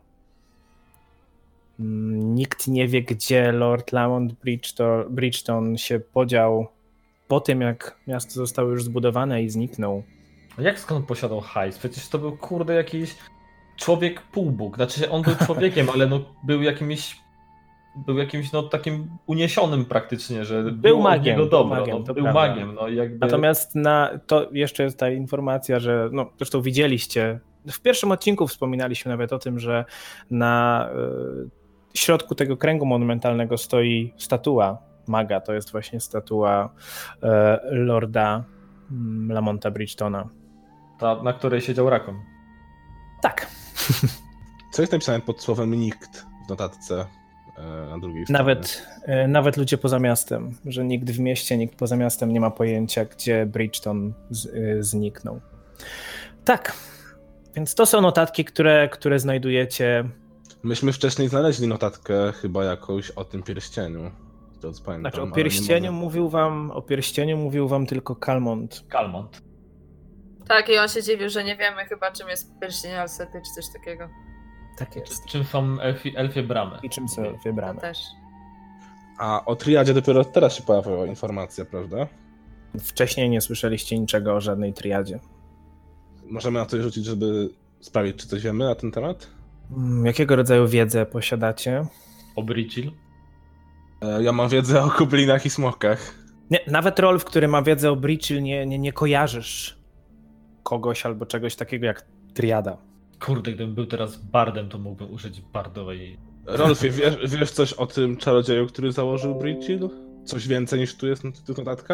Nikt nie wie, gdzie Lord Lamont Bridgeton się podział po tym, jak miasto zostało już zbudowane i zniknął. A jak skąd posiadał hajs? Przecież to był kurde jakiś człowiek półbóg. Znaczy on był człowiekiem, ale no był jakimś no takim uniesionym praktycznie, że był magiem, niego dobro. był magiem. No, jakby... Natomiast to jeszcze jest ta informacja, że no, zresztą widzieliście, w pierwszym odcinku wspominaliśmy nawet o tym, że na środku tego kręgu monumentalnego stoi statua maga. To jest właśnie statua Lorda Lamonta Bridgetona. Ta, na której siedział Rakon. Tak. Co jest napisane pod słowem nikt w notatce na drugiej stronie? Nawet ludzie poza miastem, że nikt w mieście, nikt poza miastem nie ma pojęcia, gdzie Bridgeton zniknął. Tak, więc to są notatki, które znajdujecie. Myśmy wcześniej znaleźli notatkę chyba jakąś o tym pierścieniu. To pamiętam, Znaczy o pierścieniu mówił wam tylko Kalmont. Tak, i on się dziwił, że nie wiemy chyba, czym jest pierścień Alsety, czy coś takiego. Tak jest. Czym są elfie bramy. I czym są elfie bramy. To też. A o triadzie dopiero teraz się pojawiła informacja, prawda? Wcześniej nie słyszeliście niczego o żadnej triadzie. Możemy na coś rzucić, żeby sprawdzić, czy coś wiemy na ten temat? Jakiego rodzaju wiedzę posiadacie? O Bridgehill? Ja mam wiedzę o kublinach i smokach. Nie, nawet Rolf, który ma wiedzę o Bridgehill, nie kojarzysz kogoś albo czegoś takiego jak triada. Kurde, gdybym był teraz bardem, to mógłbym użyć bardowej... Rolfie, wiesz coś o tym czarodzieju, który założył Bridgehill? Coś więcej niż tu jest na tych notatkach?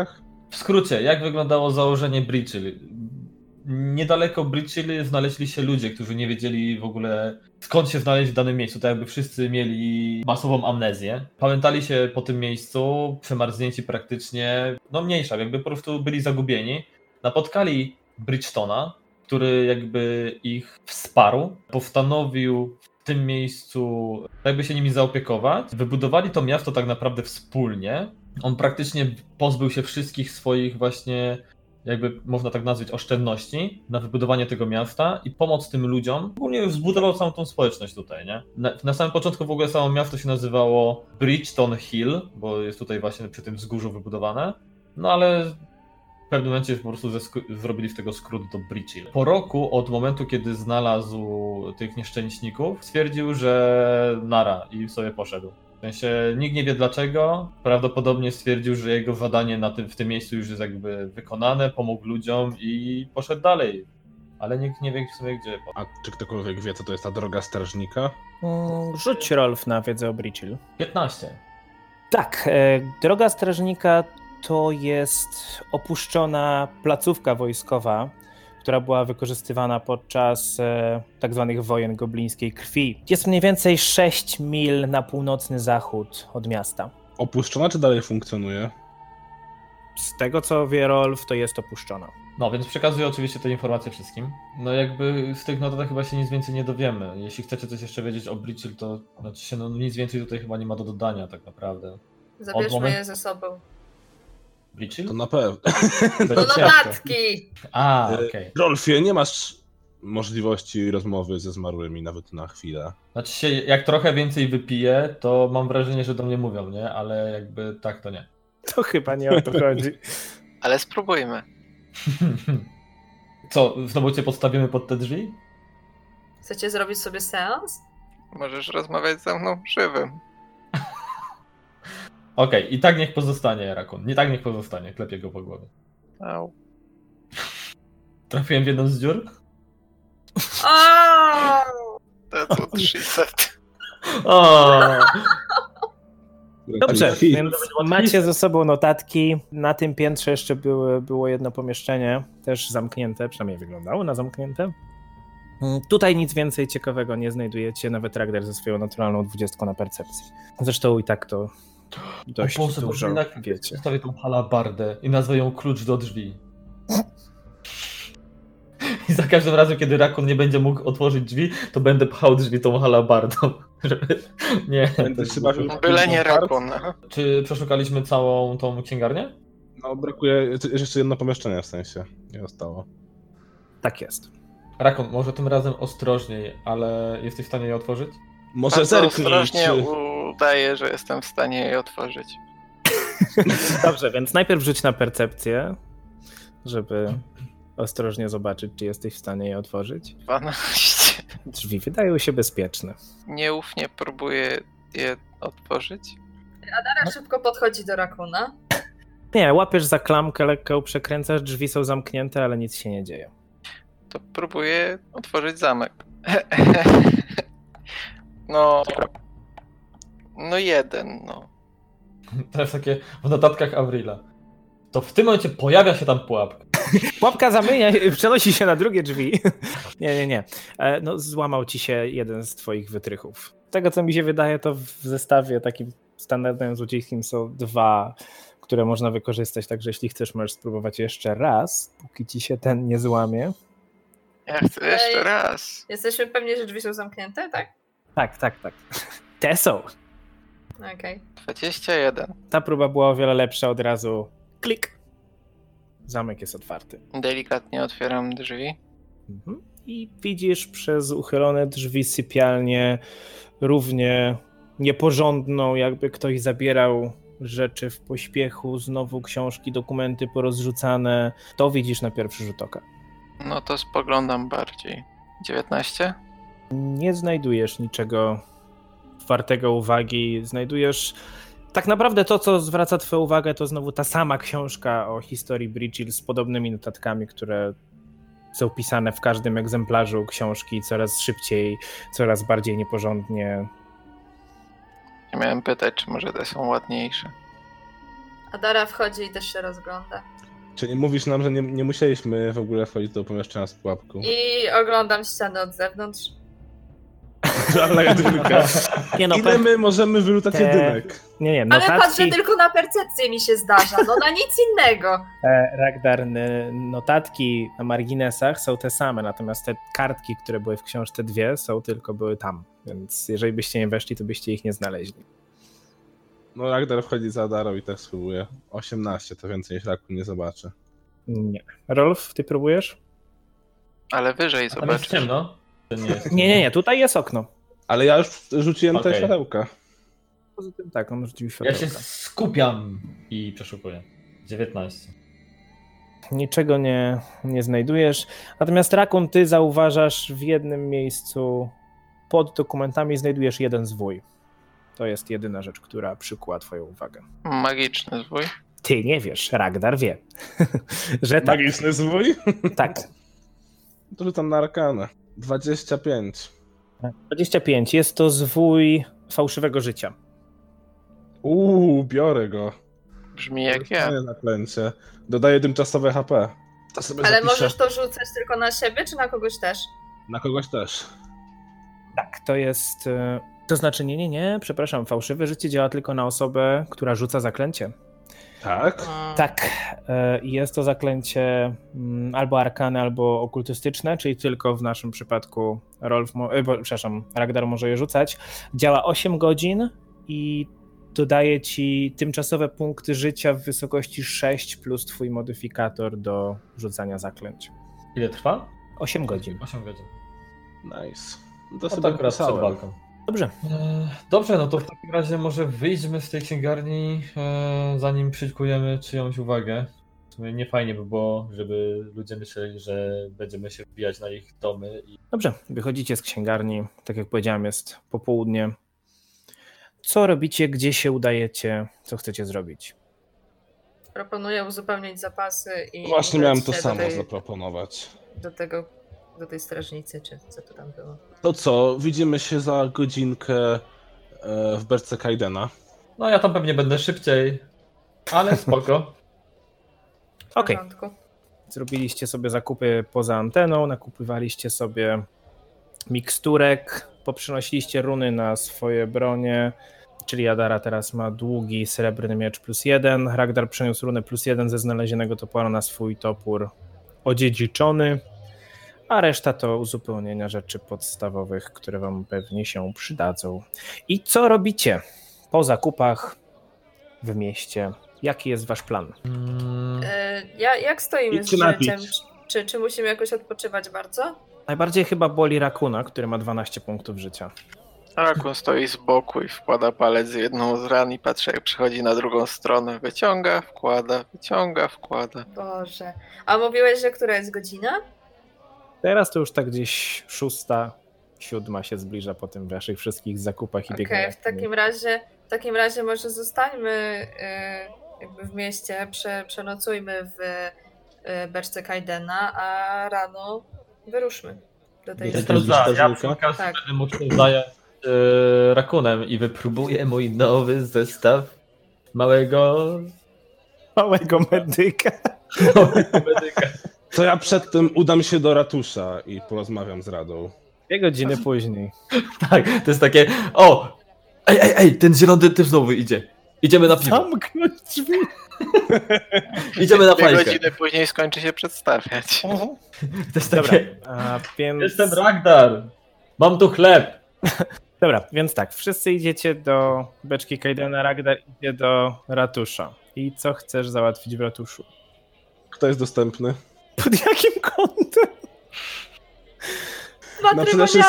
W skrócie, jak wyglądało założenie Bridgehill? Niedaleko Bridgehill znaleźli się ludzie, którzy nie wiedzieli w ogóle skąd się znaleźć w danym miejscu. Tak jakby wszyscy mieli masową amnezję. Pamiętali się po tym miejscu, przemarznięci praktycznie, no mniejsza, jakby po prostu byli zagubieni. Napotkali Bridgetona, który jakby ich wsparł, postanowił w tym miejscu jakby się nimi zaopiekować. Wybudowali to miasto tak naprawdę wspólnie. On praktycznie pozbył się wszystkich swoich właśnie, jakby można tak nazwać, oszczędności na wybudowanie tego miasta i pomoc tym ludziom. Ogólnie zbudował całą tą społeczność tutaj, nie? Na samym początku w ogóle samo miasto się nazywało Bridgeton Hill, bo jest tutaj właśnie przy tym wzgórzu wybudowane. No ale w pewnym momencie po prostu zrobili z tego skrót do Bridgehill. Po roku od momentu, kiedy znalazł tych nieszczęśników, stwierdził, że nara i sobie poszedł. W sensie nikt nie wie dlaczego, prawdopodobnie stwierdził, że jego zadanie w tym miejscu już jest jakby wykonane, pomógł ludziom i poszedł dalej. Ale nikt nie wie w sumie gdzie. A czy ktokolwiek wie, co to jest ta droga strażnika? Rzuć Rolf na wiedzę o Bridgehill. 15. Tak, droga strażnika to jest opuszczona placówka wojskowa, która była wykorzystywana podczas tak zwanych wojen goblińskiej krwi. Jest mniej więcej 6 mil na północny zachód od miasta. Opuszczona czy dalej funkcjonuje? Z tego co wie Rolf, to jest opuszczona. No więc przekazuję oczywiście te informacje wszystkim. No jakby z tych notatek chyba się nic więcej nie dowiemy. Jeśli chcecie coś jeszcze wiedzieć o Bridgehill, to znaczy się no nic więcej tutaj chyba nie ma do dodania tak naprawdę. Zabierzmy je ze sobą. Bridgehill? To na pewno. Do notatki! A, okej. Rolfie, nie masz możliwości rozmowy ze zmarłymi nawet na chwilę. Znaczy się, jak trochę więcej wypiję, to mam wrażenie, że do mnie mówią, nie? Ale jakby tak to nie. To chyba nie o to chodzi. Ale spróbujmy. Co, znowu cię podstawimy pod te drzwi? Chcecie zrobić sobie seans? Możesz rozmawiać ze mną żywym. Okej, i tak niech pozostanie, Rakun. Nie tak niech pozostanie, klepię go po głowie. Au. Trafiłem w jedną z dziur? That's what she said. O! Dobrze, więc macie ze sobą notatki. Na tym piętrze jeszcze było jedno pomieszczenie, też zamknięte, przynajmniej wyglądało na zamknięte. Tutaj nic więcej ciekawego nie znajdujecie, nawet Ragnar ze swoją naturalną 20 na percepcji. Zresztą i tak to dość dużo wiecie. Zostawię tą halabardę i nazwę ją klucz do drzwi. I za każdym razem, kiedy Rakun nie będzie mógł otworzyć drzwi, to będę pchał drzwi tą halabardą. Żeby... Nie. Byle nie Rakun. Czy przeszukaliśmy całą tą księgarnię? No brakuje jeszcze jedno pomieszczenie w sensie. Nie zostało. Tak jest. Rakun, może tym razem ostrożniej, ale jesteś w stanie je otworzyć? Może Bardzo zerknij, ostrożnie czy... udaję, że jestem w stanie je otworzyć. Dobrze, więc najpierw rzuć na percepcję, żeby ostrożnie zobaczyć, czy jesteś w stanie je otworzyć. 12. Drzwi wydają się bezpieczne. Nieufnie próbuję je otworzyć. Adara szybko podchodzi do Rakuna. Nie, łapiesz za klamkę, lekko ją przekręcasz, drzwi są zamknięte, ale nic się nie dzieje. To próbuję otworzyć zamek. No jeden, no. Teraz takie w notatkach Avrila. To w tym momencie pojawia się tam pułapka. Pułapka zamienia, przenosi się na drugie drzwi. Nie. No, złamał ci się jeden z twoich wytrychów. Z tego, co mi się wydaje, to w zestawie takim standardowym złodziejskim są 2, które można wykorzystać, także jeśli chcesz, możesz spróbować jeszcze raz, póki ci się ten nie złamie. Ja chcę jeszcze raz. Jesteśmy pewni, że drzwi są zamknięte, tak? Tak. Te są. Okej. 21. Ta próba była o wiele lepsza, od razu klik. Zamek jest otwarty. Delikatnie otwieram drzwi. I widzisz przez uchylone drzwi sypialnię równie nieporządną, jakby ktoś zabierał rzeczy w pośpiechu, znowu książki, dokumenty porozrzucane. To widzisz na pierwszy rzut oka. No to spoglądam bardziej. 19? Nie znajdujesz niczego wartego uwagi. Znajdujesz tak naprawdę to, co zwraca twoją uwagę, to znowu ta sama książka o historii Bridgehill z podobnymi notatkami, które są pisane w każdym egzemplarzu książki coraz szybciej, coraz bardziej nieporządnie. Ja miałem pytać, czy może te są ładniejsze. Adara wchodzi i też się rozgląda. Czyli mówisz nam, że nie musieliśmy w ogóle wchodzić do pomieszczenia z pułapką. I oglądam ścianę od zewnątrz. Żadna jedynka. Nie no, Ile my możemy wyrzucać jedynek? Nie, Ale patrzę tylko na percepcję, mi się zdarza, no na nic innego. Ragdar, notatki na marginesach są te same, natomiast te kartki, które były w książce dwie, były tam, więc jeżeli byście nie weszli, to byście ich nie znaleźli. No Ragnar wchodzi za Adarą i też spróbuje. 18, to więcej niż Rakun nie zobaczy. Nie. Rolf, ty próbujesz? Ale wyżej Tam jest zobaczysz. ciemno? To nie jest Nie, tutaj jest okno. Ale ja już rzuciłem te Okej. światełka. Poza tym tak, on rzucił Ja światełka. się skupiam i przeszukuję. 19. Niczego nie znajdujesz. Natomiast Rakun, ty zauważasz w jednym miejscu pod dokumentami znajdujesz jeden zwój. To jest jedyna rzecz, która przykuła twoją uwagę. Magiczny zwój. Ty nie wiesz, Ragnar wie. Że tak. Magiczny zwój? Tak. To rzucam na arkanę. 25. 25. Jest to zwój fałszywego życia. Biorę go. Brzmi jak ja. Fajne zaklęcie. Dodaję tymczasowe HP. To sobie Ale zapiszę. możesz to rzucać tylko na siebie, czy na kogoś też? Na kogoś też. Tak, to jest... To znaczy, nie, przepraszam, fałszywe życie działa tylko na osobę, która rzuca zaklęcie. Tak? Tak, jest to zaklęcie albo arkane, albo okultystyczne, czyli tylko w naszym przypadku Ragnar może je rzucać. Działa 8 godzin i dodaje ci tymczasowe punkty życia w wysokości 6 plus twój modyfikator do rzucania zaklęć. Ile trwa? 8 godzin. 8 godzin. Nice. No To sobie akurat przed napisałem. walką. Dobrze. Dobrze, no to w takim razie może wyjdźmy z tej księgarni, zanim przyćkujemy czyjąś uwagę. W sumie nie fajnie by było, żeby ludzie myśleli, że będziemy się wbijać na ich domy. Dobrze, wychodzicie z księgarni. Tak jak powiedziałem, jest popołudnie. Co robicie, gdzie się udajecie, co chcecie zrobić? Proponuję uzupełnić zapasy i Właśnie udać miałem to się samo zaproponować. do tej strażnicy, czy co to tam było. To co, widzimy się za godzinkę w Berce Kaidena. No ja tam pewnie będę szybciej, ale spoko. W Okej. porządku. Zrobiliście sobie zakupy poza anteną, nakupywaliście sobie miksturek, poprzynosiliście runy na swoje bronie, czyli Adara teraz ma długi srebrny miecz +1, Ragnar przeniósł runę +1 ze znalezionego toporu na swój topór odziedziczony, a reszta to uzupełnienia rzeczy podstawowych, które wam pewnie się przydadzą. I co robicie po zakupach w mieście? Jaki jest wasz plan? Jak stoimy z Idźcie napić. życiem? Czy musimy jakoś odpoczywać bardzo? Najbardziej chyba boli Rakuna, który ma 12 punktów życia. Rakun stoi z boku i wkłada palec z jedną z ran i patrzy, jak przychodzi na drugą stronę. Wyciąga, wkłada, wyciąga, wkłada. Boże. A mówiłeś, że która jest godzina? Teraz to już tak gdzieś 6, 7 się zbliża po tym waszych wszystkich zakupach i Okej, bieganiach. w takim razie może zostańmy jakby w mieście, przenocujmy w Berce Kaidena, a rano wyruszmy do tej Jestem Jestem za. za, ja przy okazji Tak. będę mógł się zająć Rakunem i wypróbuję mój nowy zestaw małego medyka. medyka. To ja przedtem udam się do ratusza i porozmawiam z Radą. 2 godziny później. Tak, to jest takie, o! Ej, ten zielony typ znowu idzie. Idziemy na piwo. Zamknąć drzwi. Idziemy na 2 fajkę. godziny później skończy się przedstawiać. To jest Dobra, takie, więc... jestem Ragnar. Mam tu chleb. Dobra, więc tak, wszyscy idziecie do beczki Kaidena, Ragnar idzie do ratusza. I co chcesz załatwić w ratuszu? Kto jest dostępny? Pod jakim kątem? No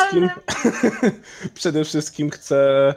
przede wszystkim chcę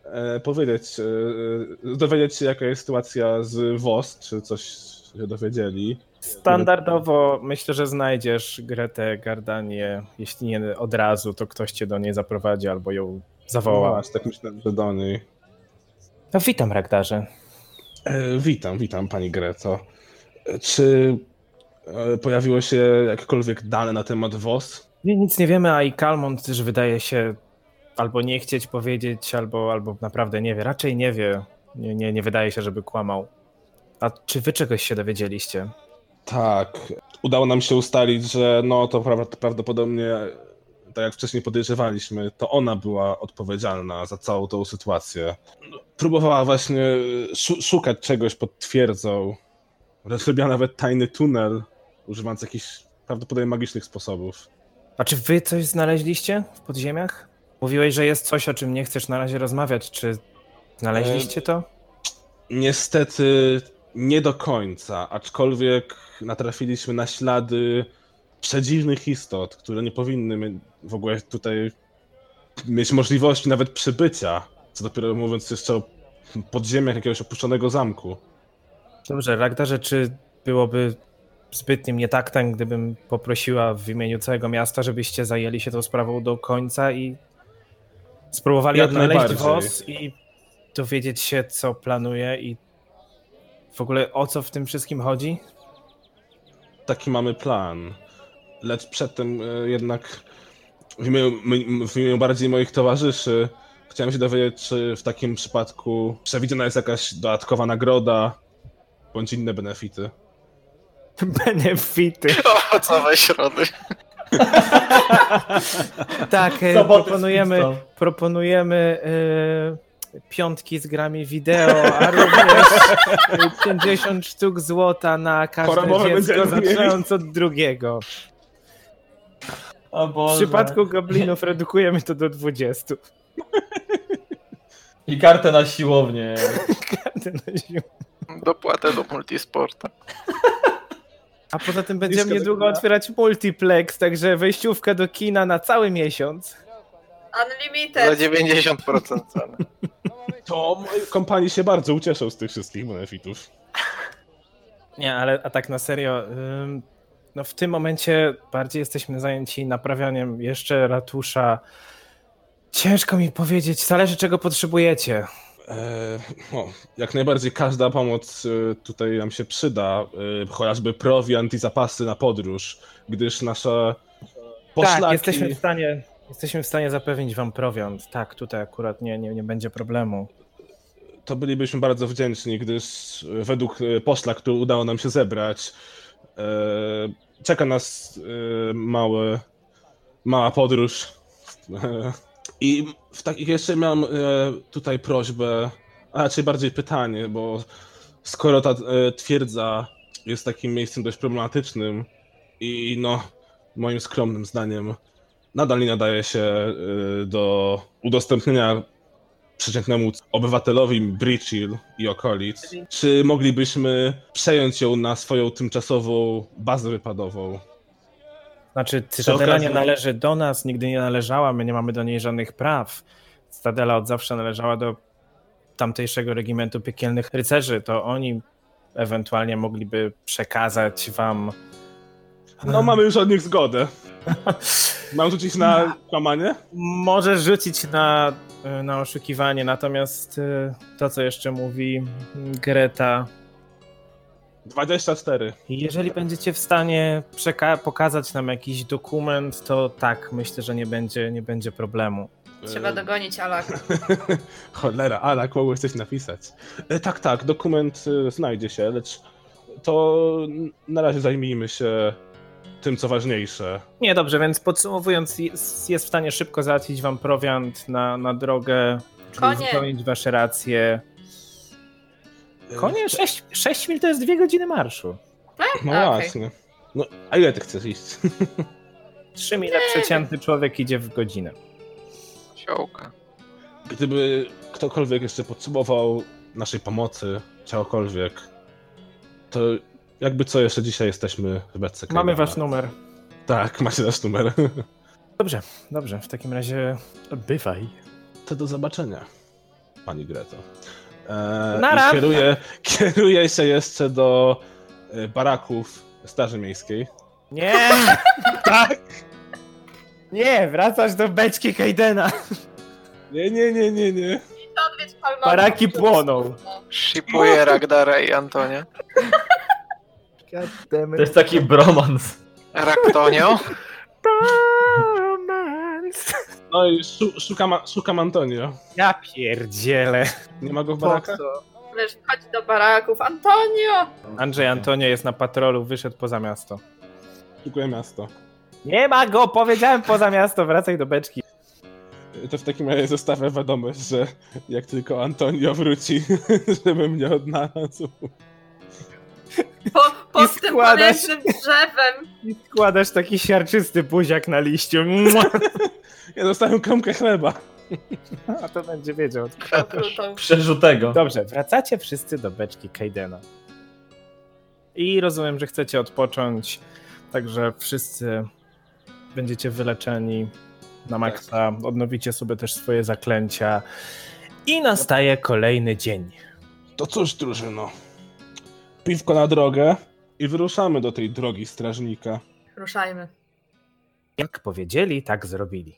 dowiedzieć się, jaka jest sytuacja z WOS, czy coś się dowiedzieli. Standardowo myślę, że znajdziesz Gretę Gardanię, jeśli nie od razu, to ktoś cię do niej zaprowadzi albo ją zawoła. Tak myślę, że do niej. No, witam, Ragdarze. Witam pani Greto. Czy pojawiło się jakiekolwiek dane na temat WOS? Nic nie wiemy, a i Kalmont też wydaje się albo nie chcieć powiedzieć, albo naprawdę nie wie. Raczej nie wie. Nie wydaje się, żeby kłamał. A czy wy czegoś się dowiedzieliście? Tak, udało nam się ustalić, że no to prawdopodobnie, tak jak wcześniej podejrzewaliśmy, to ona była odpowiedzialna za całą tą sytuację. Próbowała właśnie szukać czegoś pod twierdzą. Zrobiła nawet tajny tunel, używając jakichś prawdopodobnie magicznych sposobów. A czy wy coś znaleźliście w podziemiach? Mówiłeś, że jest coś, o czym nie chcesz na razie rozmawiać. Czy znaleźliście to? Niestety nie do końca, aczkolwiek natrafiliśmy na ślady przedziwnych istot, które nie powinny w ogóle tutaj mieć możliwości nawet przybycia, co dopiero mówiąc jeszcze o podziemiach jakiegoś opuszczonego zamku. Dobrze, Ragdarze, czy byłoby zbytnim nietaktem, gdybym poprosiła w imieniu całego miasta, żebyście zajęli się tą sprawą do końca i spróbowali Jak odnaleźć najbardziej. Voss i dowiedzieć się, co planuje i w ogóle o co w tym wszystkim chodzi? Taki mamy plan. Lecz przedtem jednak w imieniu bardziej moich towarzyszy chciałem się dowiedzieć, czy w takim przypadku przewidziana jest jakaś dodatkowa nagroda bądź inne benefity. Benefity. Owocowe środy. Tak, Soboty proponujemy piątki z grami wideo, a również 50 sztuk złota na każde Chorobowe dziecko, będziemy mieli. zaczynając od drugiego. O W Boże. przypadku goblinów redukujemy to do 20. I kartę na siłownię. Dopłatę do multisporta. A poza tym będziemy Nisko niedługo dokładna. otwierać multiplex, także wejściówka do kina na cały miesiąc. Za Unlimited. 90% ceny. To moi kompanii się bardzo ucieszą z tych wszystkich benefitów. Nie, a tak na serio, no w tym momencie bardziej jesteśmy zajęci naprawianiem jeszcze ratusza. Ciężko mi powiedzieć, zależy czego potrzebujecie. No, jak najbardziej każda pomoc tutaj nam się przyda, chociażby prowiant i zapasy na podróż, gdyż nasze poszlaki... Tak, jesteśmy w stanie zapewnić wam prowiant. Tak, tutaj akurat nie będzie problemu. To bylibyśmy bardzo wdzięczni, gdyż według poszlak, który udało nam się zebrać, czeka nas mała podróż. I jeszcze mam tutaj prośbę, a raczej bardziej pytanie, bo skoro ta twierdza jest takim miejscem dość problematycznym i no, moim skromnym zdaniem nadal nie nadaje się do udostępnienia przeciętnemu obywatelowi Bridgehill i okolic, czy moglibyśmy przejąć ją na swoją tymczasową bazę wypadową? Znaczy, Cytadela okazji- nie należy do nas, nigdy nie należała, my nie mamy do niej żadnych praw. Cytadela od zawsze należała do tamtejszego regimentu piekielnych rycerzy, to oni ewentualnie mogliby przekazać wam... No, mamy już od nich zgodę. Mam rzucić na kłamanie? Możesz rzucić na oszukiwanie, natomiast to, co jeszcze mówi Greta, 24. jeżeli będziecie w stanie pokazać nam jakiś dokument, to tak, myślę, że nie będzie problemu. Trzeba dogonić Alaka. Cholera, Alak, mogłeś coś napisać. Tak, dokument znajdzie się, lecz to na razie zajmijmy się tym, co ważniejsze. Nie, dobrze, więc podsumowując, jest w stanie szybko załatwić wam prowiant na drogę, czyli Konie. uzupełnić wasze racje. Konie? 6 mil to jest 2 godziny marszu. No A, okej. właśnie. No, a ile ty chcesz iść? 3 mile przeciętny człowiek idzie w godzinę. Siołka. Gdyby ktokolwiek jeszcze potrzebował naszej pomocy, czegokolwiek, to jakby co, jeszcze dzisiaj jesteśmy w Beczce. Mamy wasz numer. Tak, macie nasz numer. Dobrze, w takim razie bywaj. To do zobaczenia, pani Greto. Nara! I kieruję się jeszcze do baraków Straży Miejskiej. Nie! Tak! Nie, wracasz do beczki Kaidena. Nie. Odwiedź Palmona. Baraki płoną. Shipuję Ragdara i Antonia. To jest taki bromans. Raktonio. No i szukam Antonio. Ja pierdzielę. Nie ma go w Po barakach? co? Wiesz, wchodzi do baraków. Antonio! Andrzej Antonio jest na patrolu, wyszedł poza miasto. Dziękuję miasto. Nie ma go, powiedziałem poza miasto, wracaj do beczki. To w takim razie zostawię wiadomość, że jak tylko Antonio wróci, żeby mnie odnalazł. Pod tym składasz- pamiętnym drzewem. I składasz taki siarczysty buziak na liściu. Ja dostałem kromkę chleba. A to będzie wiedział. Okrutą. Przerzutego. Dobrze, wracacie wszyscy do beczki Kaidena. I rozumiem, że chcecie odpocząć, także wszyscy będziecie wyleczeni na maksa, odnowicie sobie też swoje zaklęcia i nastaje kolejny dzień. To cóż, drużyno. Piwko na drogę i wyruszamy do tej drogi strażnika. Ruszajmy. Jak powiedzieli, tak zrobili.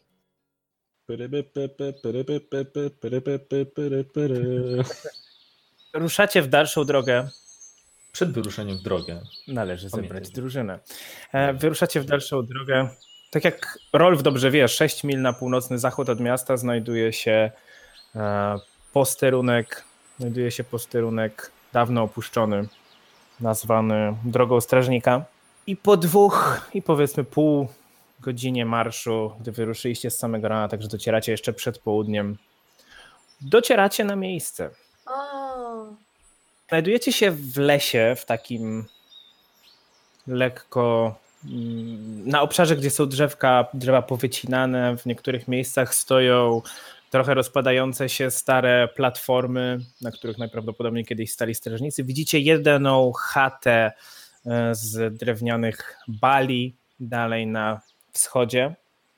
Ruszacie w dalszą drogę. Przed wyruszeniem w drogę. Należy zebrać Pamiętaj. drużynę. Wyruszacie w dalszą drogę. Tak jak Rolf dobrze wie, 6 mil na północny zachód od miasta znajduje się posterunek. Dawno opuszczony, nazwany Drogą Strażnika. I po 2 i powiedzmy pół godzinie marszu, gdy wyruszyliście z samego rana, także docieracie jeszcze przed południem, docieracie na miejsce. O, Znajdujecie się w lesie, w takim lekko na obszarze, gdzie są drzewa powycinane, w niektórych miejscach stoją trochę rozpadające się stare platformy, na których najprawdopodobniej kiedyś stali strażnicy. Widzicie jedną chatę z drewnianych bali dalej na wschodzie.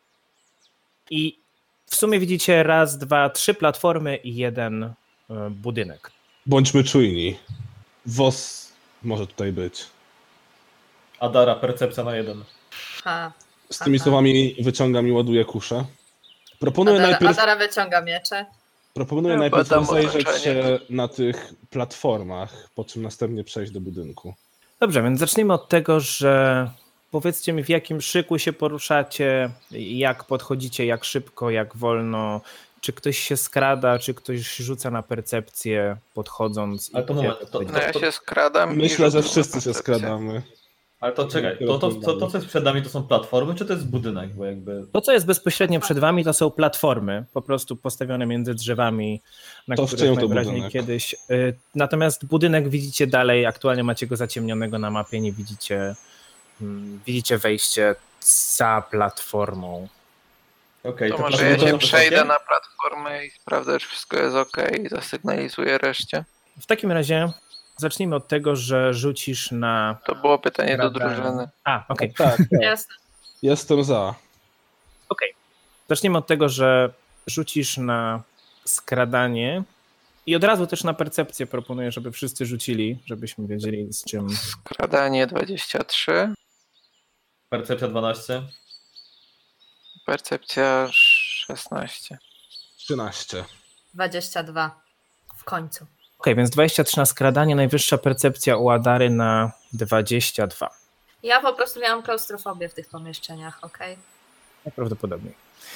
I w sumie widzicie 1, 2, 3 platformy i 1 budynek. Bądźmy czujni. WOS może tutaj być. Adara, percepcja na 1. ha. Z tymi Aha. słowami wyciągam i ładuję kuszę. Proponuję Adara wyciąga miecze. Proponuję Ja najpierw badam rozejrzeć otoczenie. się na tych platformach, po czym następnie przejść do budynku. Dobrze, więc zacznijmy od tego, że powiedzcie mi, w jakim szyku się poruszacie, jak podchodzicie, jak szybko, jak wolno, czy ktoś się skrada, czy ktoś rzuca na percepcję podchodząc. Ale to i moment, gdzie to- podchodzicie. No ja się skradam. i Myślę, że rzucam wszyscy na się percepcję. skradamy. Ale to czekaj, to co jest przed nami, to są platformy, czy to jest budynek? Bo jakby... To, co jest bezpośrednio przed wami, to są platformy, po prostu postawione między drzewami, na To w których czyim to najwyraźniej budynek? kiedyś. Natomiast budynek widzicie dalej, aktualnie macie go zaciemnionego na mapie, nie widzicie wejście za platformą. Okej, To te może platformy ja się są przejdę wysokie? na platformę i sprawdzę, czy wszystko jest ok i zasygnalizuję reszcie. W takim razie zacznijmy od tego, że rzucisz na... To było pytanie do Skradanie. drużyny. Okej. Tak, Jasne. jestem za. Zacznijmy od tego, że rzucisz na skradanie i od razu też na percepcję proponuję, żeby wszyscy rzucili, żebyśmy wiedzieli z czym... Skradanie 23, Percepcja 12. percepcja 16. 13. 22. W końcu. Okej, więc 23 na skradanie, najwyższa percepcja u Adary na 22. Ja po prostu miałam klaustrofobię w tych pomieszczeniach, okej? Najprawdopodobniej.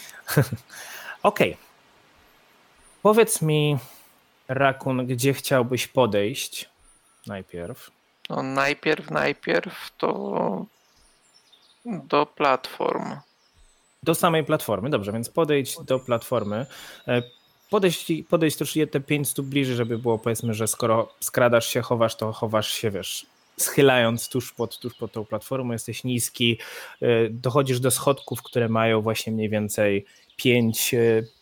Okej. Powiedz mi, Rakun, gdzie chciałbyś podejść najpierw? No najpierw to do platform. Do samej platformy, dobrze, więc podejdź do platformy. Podejdź troszkę te 5 stóp bliżej, żeby było, powiedzmy, że skoro skradasz się, to chowasz się, wiesz, schylając tuż pod tą platformą, jesteś niski, dochodzisz do schodków, które mają właśnie mniej więcej 5,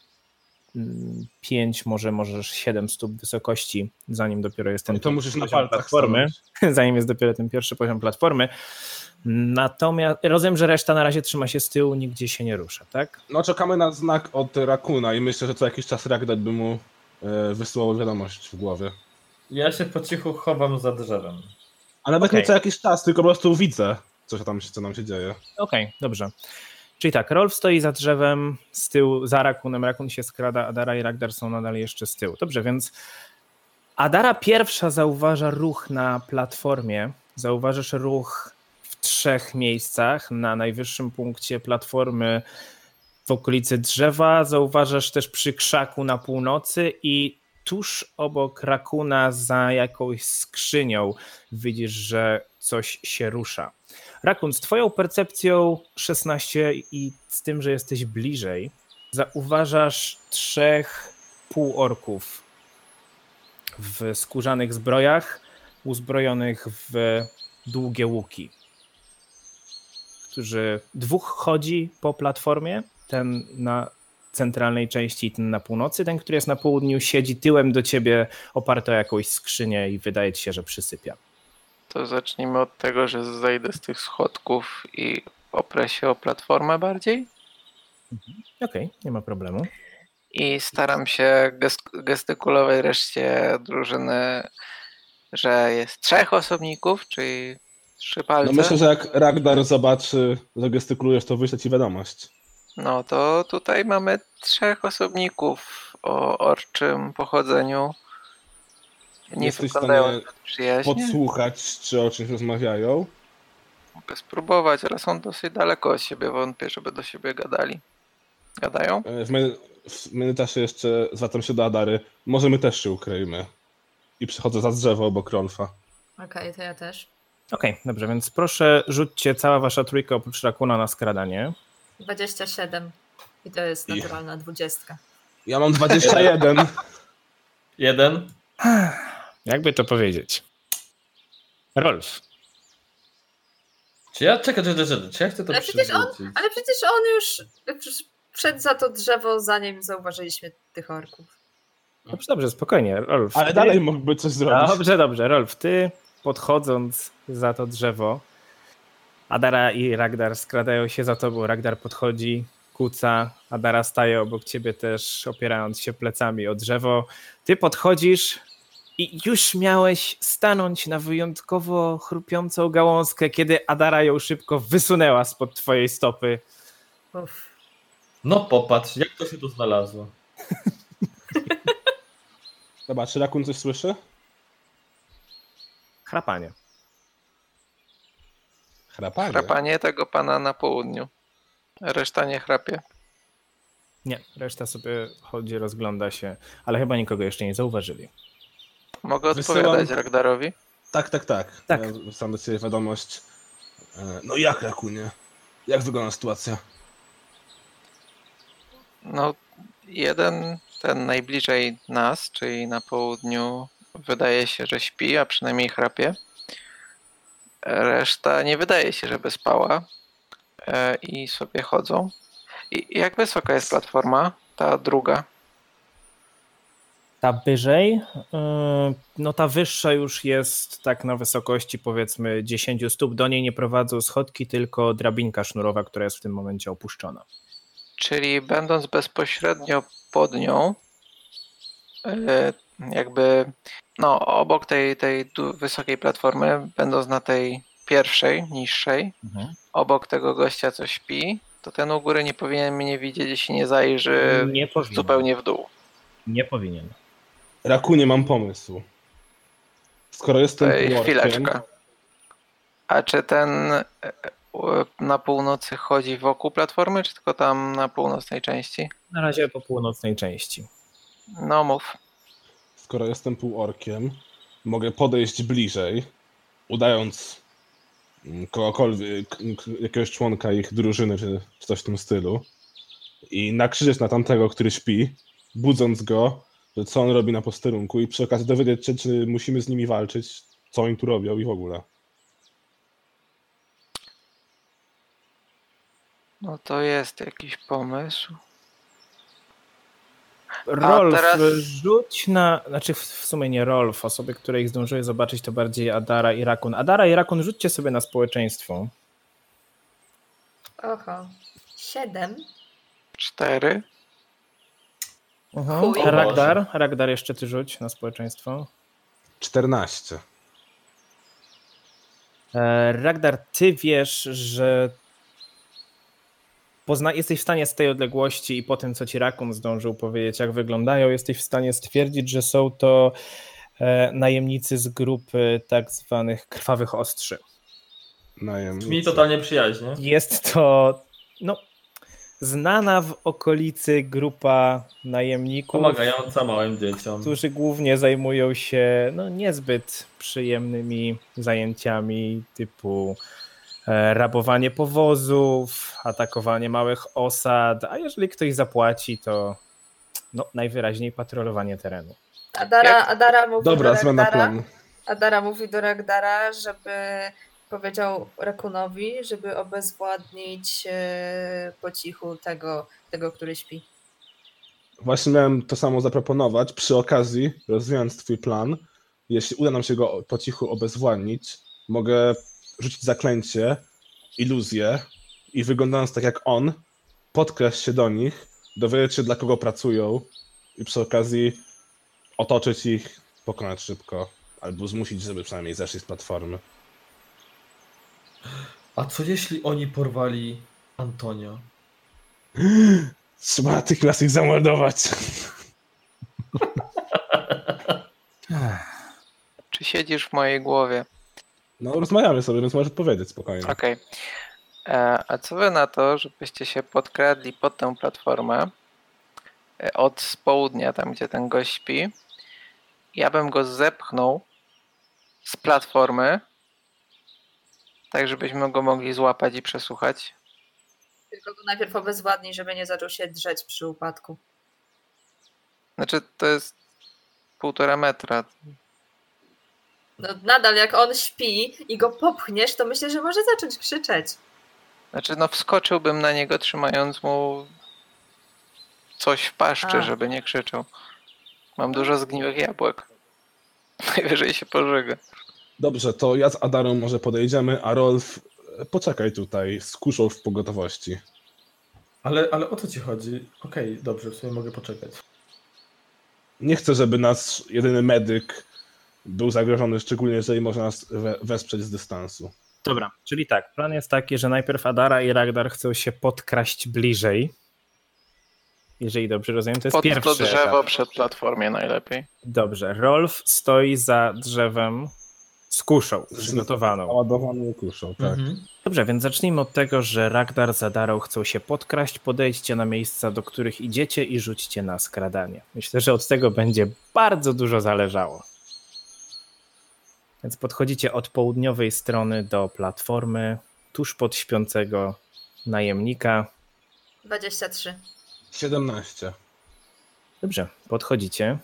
może 7 stóp wysokości, zanim dopiero jest ten I to musisz na poziom palcach platformy, stanąć. zanim jest dopiero ten pierwszy poziom platformy. Natomiast rozumiem, że reszta na razie trzyma się z tyłu, nigdzie się nie rusza, tak? No czekamy na znak od Rakuna i myślę, że co jakiś czas Ragnar by mu wysłał wiadomość w głowie. Ja się po cichu chowam za drzewem. A nawet Okej. nie co jakiś czas, tylko po prostu widzę, co nam się dzieje. Okej, dobrze. Czyli tak, Rolf stoi za drzewem, z tyłu, za Rakunem, Rakun się skrada, Adara i Ragnar są nadal jeszcze z tyłu. Dobrze, więc Adara pierwsza zauważa ruch na platformie. Zauważasz ruch w 3 miejscach. Na najwyższym punkcie platformy w okolicy drzewa, zauważasz też przy krzaku na północy i tuż obok Rakuna za jakąś skrzynią widzisz, że coś się rusza. Rakun, z twoją percepcją 16 i z tym, że jesteś bliżej, zauważasz 3 półorków w skórzanych zbrojach, uzbrojonych w długie łuki, którzy 2 chodzi po platformie, ten na centralnej części i ten na północy, ten, który jest na południu, siedzi tyłem do ciebie oparty o jakąś skrzynię i wydaje ci się, że przysypia. To zacznijmy od tego, że zejdę z tych schodków i oprę się o platformę bardziej. Okej, nie ma problemu. I staram się gestykulować reszcie drużyny, że jest 3 osobników, czyli 3 palce. No myślę, że jak Ragnar zobaczy, że gestykulujesz, to wyśle ci wiadomość. No to tutaj mamy 3 osobników o orczym pochodzeniu. Nie Jesteś w wyglądają stanie zbyt przyjaźnie. podsłuchać, czy o czymś rozmawiają. Mogę spróbować, ale są dosyć daleko od siebie. Wątpię, żeby do siebie gadali. Gadają? W międzyczasie jeszcze zwracam się do Adary. Może my też się ukryjmy. I przychodzę za drzewo obok Rolfa. Okej, to ja też. Okej, dobrze, więc proszę rzućcie cała wasza trójka oprócz Rakuna na skradanie. 27. I to jest naturalna 20. Ja mam 21. 1. Jakby to powiedzieć? Rolf. Czy ja czekaj, czy ja chcę to Ale przecież przywrócić? Ale przecież on już wszedł za to drzewo, zanim zauważyliśmy tych orków. Dobrze, spokojnie, Rolf. Ale dalej mógłby coś zrobić. Dobrze, Rolf, ty podchodząc za to drzewo, Adara i Ragnar skradają się za tobą, Ragnar podchodzi, kuca, Adara staje obok ciebie też, opierając się plecami o drzewo. Ty podchodzisz i już miałeś stanąć na wyjątkowo chrupiącą gałązkę, kiedy Adara ją szybko wysunęła spod twojej stopy. Uff. No popatrz, jak to się tu znalazło. Zobacz, czy Rakun coś słyszy? Chrapanie. Chrapanie. Chrapanie tego pana na południu. Reszta nie chrapie. Nie, reszta sobie chodzi, rozgląda się, ale chyba nikogo jeszcze nie zauważyli. Mogę Wysyłam- odpowiadać Ragnarowi? Tak. Tak. Ja wysłałem do ciebie wiadomość. No jak, Rakunie? Jak wygląda sytuacja? No, jeden, ten najbliżej nas, czyli na południu, wydaje się, że śpi, a przynajmniej chrapie. Reszta nie wydaje się, żeby spała i sobie chodzą. I jak wysoka jest platforma, ta druga? Ta wyżej, no ta wyższa już jest tak na wysokości powiedzmy 10 stóp. Do niej nie prowadzą schodki, tylko drabinka sznurowa, która jest w tym momencie opuszczona. Czyli będąc bezpośrednio pod nią, jakby no, obok tej wysokiej platformy, będąc na tej pierwszej, niższej, obok tego gościa, co śpi, to ten u góry nie powinien mnie widzieć, jeśli nie zajrzy Nie powinien. zupełnie w dół. Nie powinien. Rakunie, mam pomysł. Skoro jestem Chwileczkę. A czy ten na północy chodzi wokół platformy, czy tylko tam na północnej części? Na razie po północnej części. No mów. Skoro jestem półorkiem, mogę podejść bliżej, udając kogokolwiek, jakiegoś członka ich drużyny, czy coś w tym stylu, i nakrzyczeć na tamtego, który śpi, budząc go, że co on robi na posterunku, i przy okazji dowiedzieć się, czy musimy z nimi walczyć, co oni tu robią i w ogóle. No to jest jakiś pomysł. Rolf, teraz- rzuć na... Znaczy w sumie nie Rolf, osoby, które ich zdążyły zobaczyć, to bardziej Adara i Rakun. Adara i Rakun, rzućcie sobie na społeczeństwo. Oho. 7. 4. Chuj. Ragnar, jeszcze ty rzuć na społeczeństwo. 14. Ragnar, ty wiesz, że jesteś w stanie z tej odległości i po tym, co ci Rakun zdążył powiedzieć, jak wyglądają, jesteś w stanie stwierdzić, że są to najemnicy z grupy tak zwanych krwawych ostrzy. Brzmi totalnie przyjaźnie. Jest to, no, znana w okolicy grupa najemników, Pomagająca małym dzieciom. którzy głównie zajmują się niezbyt przyjemnymi zajęciami typu rabowanie powozów, atakowanie małych osad, a jeżeli ktoś zapłaci, to najwyraźniej patrolowanie terenu. Adara mówi Dobra, do zmiana Ragdara, planu. Adara mówi do Ragdara, żeby powiedział Rakunowi, żeby obezwładnić po cichu tego, który śpi. Właśnie miałem to samo zaproponować. Przy okazji, rozwijając twój plan, jeśli uda nam się go po cichu obezwładnić, mogę rzucić zaklęcie, iluzję i wyglądając tak jak on, podkraść się do nich, dowiedzieć się dla kogo pracują i przy okazji otoczyć ich, pokonać szybko, albo zmusić, żeby przynajmniej zeszli z platformy. A co jeśli oni porwali Antonio? Trzeba natychmiast ich zamordować. Czy siedzisz w mojej głowie? No rozmawiamy sobie, więc możesz powiedzieć spokojnie. Okej. A co wy na to, żebyście się podkradli pod tę platformę od południa, tam gdzie ten gość śpi? Ja bym go zepchnął z platformy, tak żebyśmy go mogli złapać i przesłuchać. Tylko go najpierw obezwładnij, żeby nie zaczął się drzeć przy upadku. Znaczy, to jest 1,5 metra. No nadal jak on śpi i go popchniesz, to myślę, że może zacząć krzyczeć. Znaczy, wskoczyłbym na niego, trzymając mu coś w paszczy, żeby nie krzyczał. Mam dużo zgniłych jabłek. Najwyżej się pożyga. Dobrze, to ja z Adarą może podejdziemy, a Rolf, poczekaj tutaj, z kuszą w pogotowości. Ale o co ci chodzi? Okej, dobrze, w sumie mogę poczekać. Nie chcę, żeby nasz jedyny medyk był zagrożony, szczególnie jeżeli może nas wesprzeć z dystansu. Dobra, czyli tak, plan jest taki, że najpierw Adara i Ragdar chcą się podkraść bliżej. Jeżeli dobrze rozumiem, to jest Pod pierwszy to drzewo etap. przed platformie najlepiej. Dobrze, Rolf stoi za drzewem z kuszą przygotowaną. Ładowaną kuszą, tak. Dobrze, więc zacznijmy od tego, że Ragdar z Adarą chcą się podkraść, podejdźcie na miejsca, do których idziecie i rzućcie na skradanie. Myślę, że od tego będzie bardzo dużo zależało. Więc podchodzicie od południowej strony do platformy, tuż pod śpiącego najemnika. 23. 17. Dobrze, podchodzicie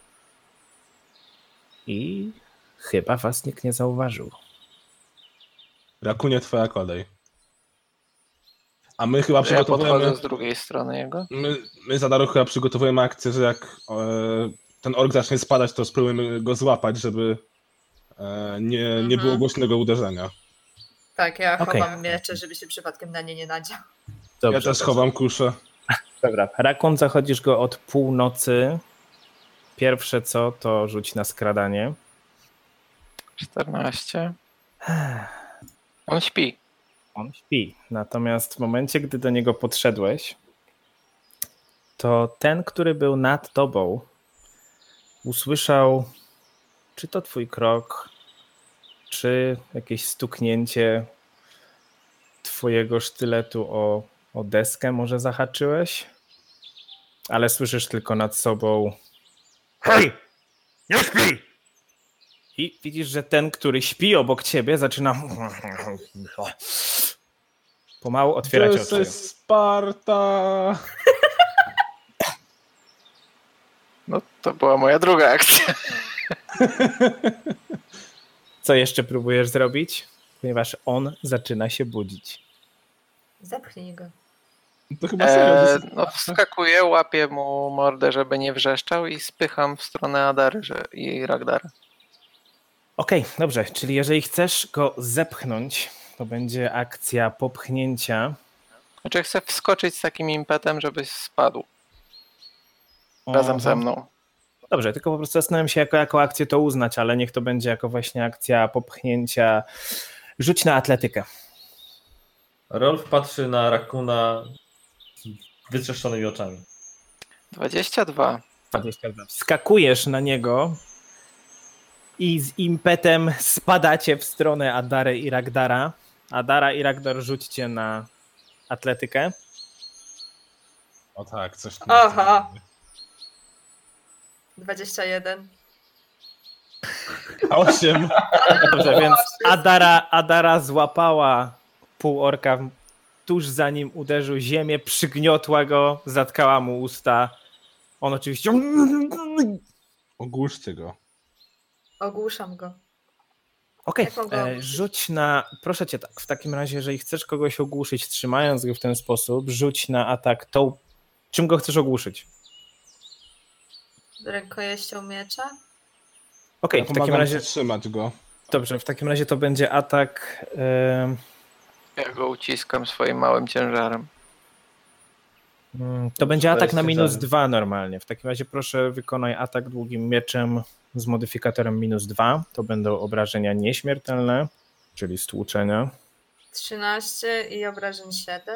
i chyba was nikt nie zauważył. Rakunie, twoja kolej. A my chyba Ja przygotowujemy... podchodzę z drugiej strony jego. My za Darą chyba przygotowujemy akcję, że jak ten ork zacznie spadać, to spróbujemy go złapać, żeby nie było głośnego uderzenia. Tak, ja Okej. chowam miecze, żeby się przypadkiem na nie nadział. Dobrze, Ja też chowam kuszę. Dobra, Rakun, zachodzisz go od północy. Pierwsze co, to rzuć na skradanie. 14. On śpi. On śpi. Natomiast w momencie, gdy do niego podszedłeś, to ten, który był nad tobą, usłyszał czy to twój krok, czy jakieś stuknięcie twojego sztyletu o deskę może zahaczyłeś, ale słyszysz tylko nad sobą: hej, nie śpi! I widzisz, że ten, który śpi obok ciebie, zaczyna pomału otwierać To oczy. jest Sparta! No to była moja druga akcja. Co jeszcze próbujesz zrobić? Ponieważ on zaczyna się budzić. Zapchnij go. To chyba serio. Wskakuję, łapię mu mordę, żeby nie wrzeszczał i spycham w stronę Adary i Ragdara. Okej, dobrze, czyli jeżeli chcesz go zepchnąć, to będzie akcja popchnięcia. Znaczy chcę wskoczyć z takim impetem, żebyś spadł razem ze mną. Dobrze, tylko po prostu zastanawiam się, jako akcję to uznać, ale niech to będzie jako właśnie akcja popchnięcia. Rzuć na atletykę. Rolf patrzy na Rakuna z wytrzeszczonymi oczami. 22. 22. Skakujesz na niego i z impetem spadacie w stronę Adary i Ragdara. Adara i Ragdar, rzućcie na atletykę. O tak, coś tu Aha. 21. 8. Dobrze, więc Adara złapała półorka tuż zanim uderzył ziemię, przygniotła go, zatkała mu usta. On oczywiście... Ogłuszcie go. Ogłuszam go. Okej, Jak mam go ogłuszyć? rzuć na... Proszę cię tak, w takim razie, jeżeli chcesz kogoś ogłuszyć, trzymając go w ten sposób, rzuć na atak tą... Czym go chcesz ogłuszyć? Rękojeścią miecza? Okej, Ja w takim pomagam razie... trzymać go. Dobrze, w takim razie to będzie atak... Ja go uciskam swoim małym ciężarem. To będzie atak na 20 -2 normalnie. W takim razie proszę wykonaj atak długim mieczem z modyfikatorem -2. To będą obrażenia nieśmiertelne, czyli stłuczenia. 13 i obrażeń 7.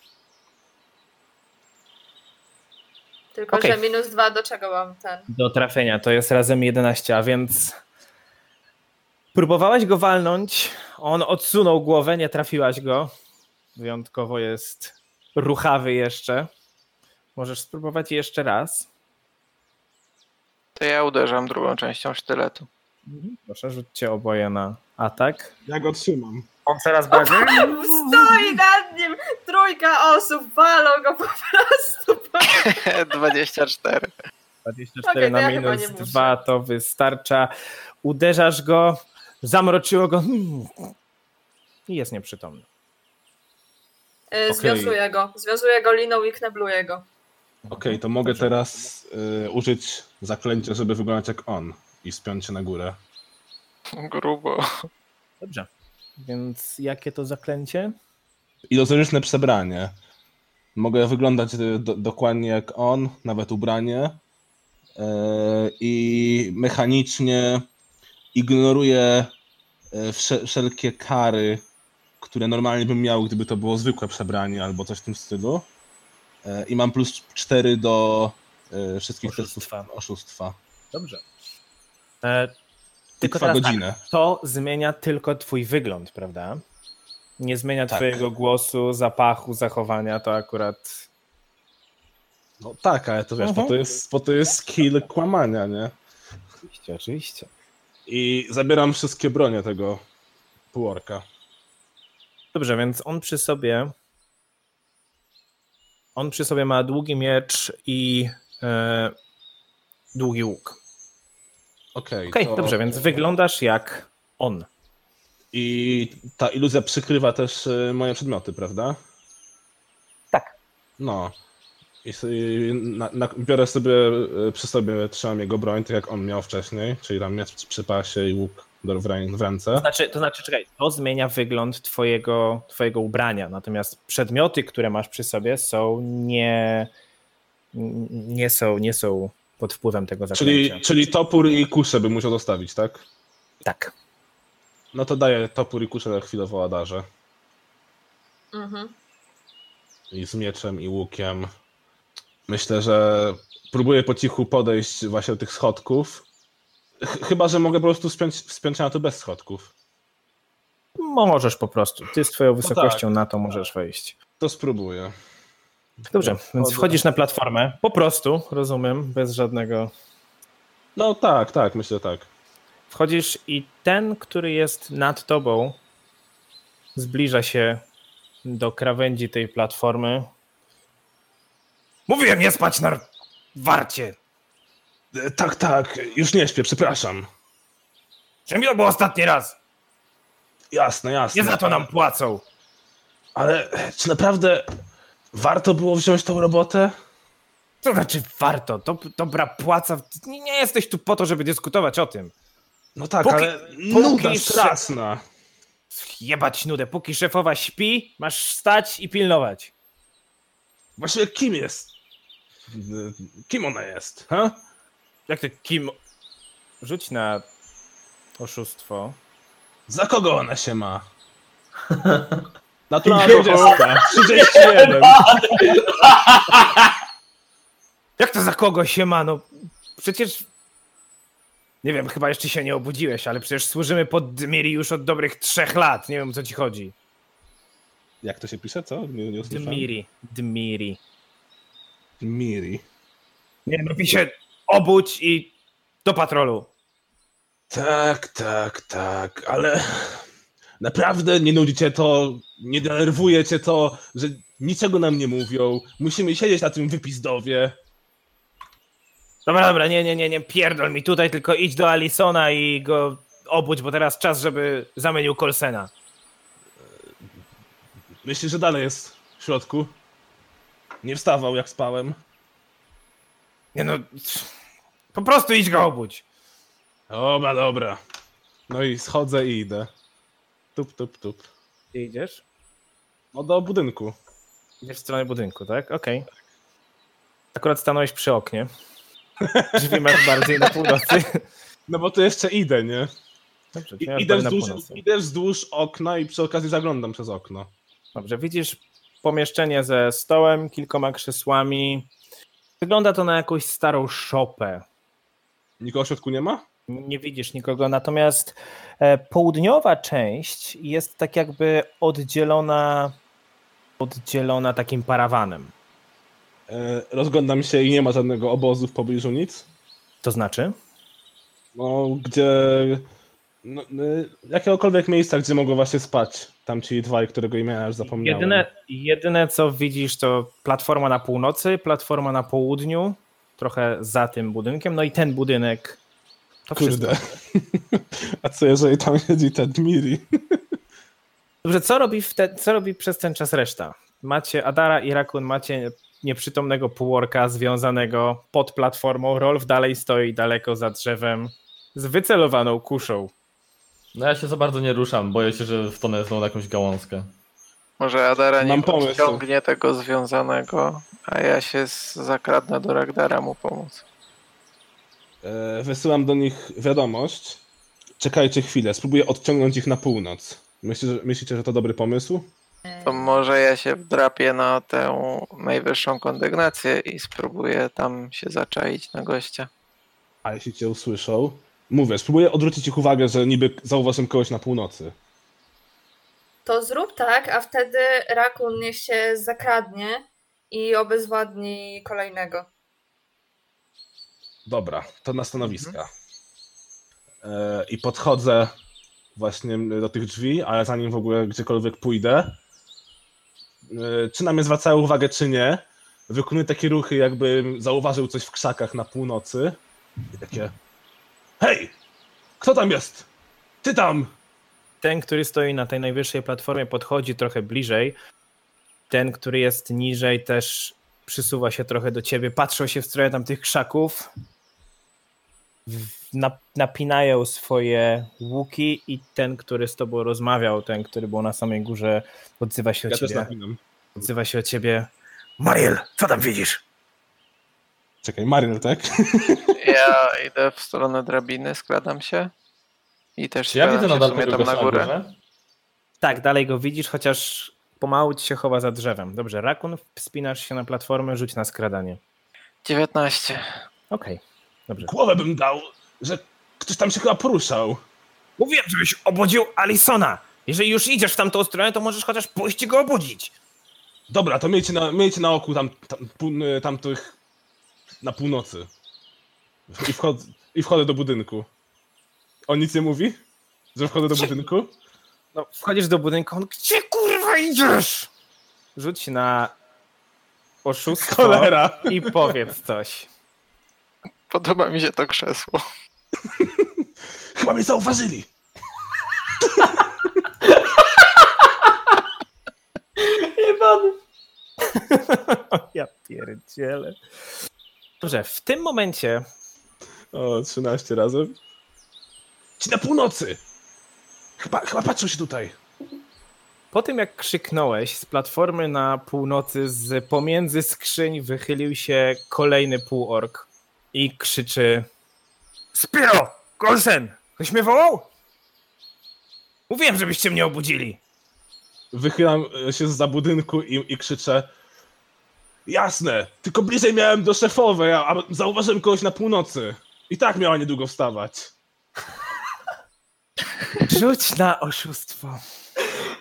Tylko, Okej. że -2 do czego mam ten? Do trafienia to jest razem 11, a więc próbowałaś go walnąć, on odsunął głowę, nie trafiłaś go. Wyjątkowo jest ruchawy jeszcze. Możesz spróbować jeszcze raz. To ja uderzam drugą częścią sztyletu. Proszę, rzućcie oboje na atak. Ja go trzymam. On teraz będzie... Stoi nad nim! Trójka osób, walą go po prostu. 24. 24 Okej, to na ja chyba nie -2 muszę. to wystarcza. Uderzasz go, zamroczyło go i jest nieprzytomny. Związuję go liną i knebluję go. Okej, to mogę teraz użyć zaklęcia, żeby wyglądać jak on i spiąć się na górę. Grubo. Dobrze. Więc jakie to zaklęcie? Iluzoryczne przebranie. Mogę wyglądać dokładnie jak on, nawet ubranie. I mechanicznie ignoruję wszelkie kary, które normalnie bym miał, gdyby to było zwykłe przebranie albo coś w tym stylu. I mam +4 do wszystkich testów oszustwa. Dobrze. Tylko Tylko teraz godzinę. tak, to zmienia tylko twój wygląd, prawda? Nie zmienia Tak. twojego głosu, zapachu, zachowania, to akurat... No tak, ale to wiesz, bo to jest skill kłamania, nie? Oczywiście. I zabieram wszystkie bronie tego półorka. Dobrze, więc on przy sobie ma długi miecz i długi łuk. Okej, Okej, dobrze, więc wyglądasz jak on. I ta iluzja przykrywa też moje przedmioty, prawda? Tak. No. Biorę sobie, przy sobie trzymam jego broń, tak jak on miał wcześniej, czyli tam miecz przy pasie i łuk w ręce. To znaczy, czekaj, to zmienia wygląd twojego ubrania, natomiast przedmioty, które masz przy sobie są nie są pod wpływem tego zaklęcia. Czyli topór i kuszę bym musiał zostawić, tak? Tak. No to daję topór i kuszę chwilowo Adarze. Mhm. I z mieczem i łukiem. Myślę, że próbuję po cichu podejść właśnie do tych schodków. Chyba, że mogę po prostu wspiąć się na to bez schodków. Możesz po prostu. Ty z twoją wysokością tak. na to możesz wejść. To spróbuję. Dobrze, więc wchodzisz na platformę. Po prostu, rozumiem, bez żadnego... No tak, myślę tak. Wchodzisz i ten, który jest nad tobą, zbliża się do krawędzi tej platformy. Mówiłem nie spać na warcie! Tak, już nie śpię, przepraszam. Czym to było ostatni raz? Jasne. Nie za to nam płacą! Ale czy naprawdę warto było wziąć tą robotę? Co znaczy warto? To dobra płaca. Nie jesteś tu po to, żeby dyskutować o tym. No tak, Póki- ale nuda póki- straszna. Jebać nudę. Póki szefowa śpi, masz stać i pilnować. Właściwie kim jest? Kim ona jest, ha? Jak to kim? Rzuć na oszustwo. Za kogo ona się ma? Naturalna 20, 31. Jak to za kogo się ma? No przecież... Nie wiem, chyba jeszcze się nie obudziłeś, ale przecież służymy pod Dmiri już od dobrych 3 lat. Nie wiem, o co ci chodzi. Jak to się pisze, co? Nie usłyszałem. Dmiri. Miri. Nie, robi się obudź i do patrolu. Tak, ale naprawdę nie nudzi cię to, nie denerwuje cię to, że niczego nam nie mówią. Musimy siedzieć na tym wypizdowie. Dobra, nie pierdol mi tutaj, tylko idź do Alisona i go obudź, bo teraz czas, żeby zamienił Coulsona. Myślisz, że dalej jest w środku? Nie wstawał, jak spałem. Nie no, po prostu idź go obudź. Dobra. No i schodzę i idę. Tup. Gdzie idziesz? No do budynku. Idziesz w stronę budynku, tak? Okej. Akurat stanąłeś przy oknie. Drzwi masz bardziej na północy. No bo to jeszcze idę, nie? Dobrze, Idę wzdłuż okna i przy okazji zaglądam przez okno. Dobrze, widzisz pomieszczenie ze stołem, kilkoma krzesłami. Wygląda to na jakąś starą szopę. Nikogo w środku nie ma? Nie widzisz nikogo, natomiast południowa część jest tak jakby oddzielona takim parawanem. Rozglądam się i nie ma żadnego obozu w pobliżu, nic. To znaczy? No, gdzie... No, jakiegokolwiek miejsca, gdzie mogą właśnie spać tamci dwaj, którego imienia już zapomniałem. Jedyne co widzisz to platforma na północy, platforma na południu, trochę za tym budynkiem, no i ten budynek. To kurde. A co jeżeli tam siedzi ten Miri? Dobrze, co robi przez ten czas reszta? Macie Adara i Rakun, macie nieprzytomnego półorka związanego pod platformą. Rolf dalej stoi daleko za drzewem z wycelowaną kuszą. No ja się za bardzo nie ruszam, boję się, że wtonę znowu na jakąś gałązkę. Może Adara nie pomysł. ciągnie tego związanego, a ja się zakradnę do Ragdara mu pomóc. Wysyłam do nich wiadomość. Czekajcie chwilę, spróbuję odciągnąć ich na północ. Myślicie, że to dobry pomysł? To może ja się wdrapię na tę najwyższą kondygnację i spróbuję tam się zaczaić na gościa. A jeśli cię usłyszą? Mówię, spróbuję odwrócić ich uwagę, że niby zauważyłem kogoś na północy. To zrób tak, a wtedy Rakun niech się zakradnie i obezwładni kolejnego. Dobra, to na stanowiska. I podchodzę właśnie do tych drzwi, ale zanim w ogóle gdziekolwiek pójdę, czy na mnie zwracają uwagę, czy nie, wykonuję takie ruchy, jakbym zauważył coś w krzakach na północy. I takie: hej! Kto tam jest? Ty tam! Ten, który stoi na tej najwyższej platformie, podchodzi trochę bliżej. Ten, który jest niżej, też przysuwa się trochę do ciebie. Patrzą się w stronę tamtych krzaków. Napinają swoje łuki i ten, który z tobą rozmawiał, ten, który był na samej górze, odzywa się od ciebie. Też napinam. Odzywa się od ciebie. Mariel, co tam widzisz? Czekaj, Mariel, tak? Ja idę w stronę drabiny, składam się. I też Czy ja widzę nadal tam tego na gościa górę. na górze? Tak, dalej go widzisz, chociaż pomału ci się chowa za drzewem. Dobrze, Rakun, wspinasz się na platformę, rzuć na skradanie. 19. Okej, dobrze. Głowę bym dał, że ktoś tam się chyba poruszał. Mówiłem, żebyś obudził Alisona. Jeżeli już idziesz w tamtą stronę, to możesz chociaż pójść i go obudzić. Dobra, to miejcie na oku tamtych na północy. I wchodzę do budynku. On nic nie mówi? Że wchodzę do budynku? No, wchodzisz do budynku, on, gdzie kurwa idziesz? Rzuć na oszustwo. Cholera! I powiedz coś. Podoba mi się to krzesło. Chyba mnie zauważyli! Jebany. Ja pierdzielę. Dobrze, w tym momencie... O, 13 razem. Ci na północy! Chyba patrzą się tutaj. Po tym jak krzyknąłeś, z platformy na północy z pomiędzy skrzyń wychylił się kolejny półork i krzyczy: Spiro! Coulson! Ktoś mnie wołał? Mówiłem, żebyście mnie obudzili. Wychylam się zza budynku i krzyczę: jasne, tylko bliżej miałem do szefowej, a zauważyłem kogoś na północy. I tak miała niedługo wstawać. Rzuć na oszustwo.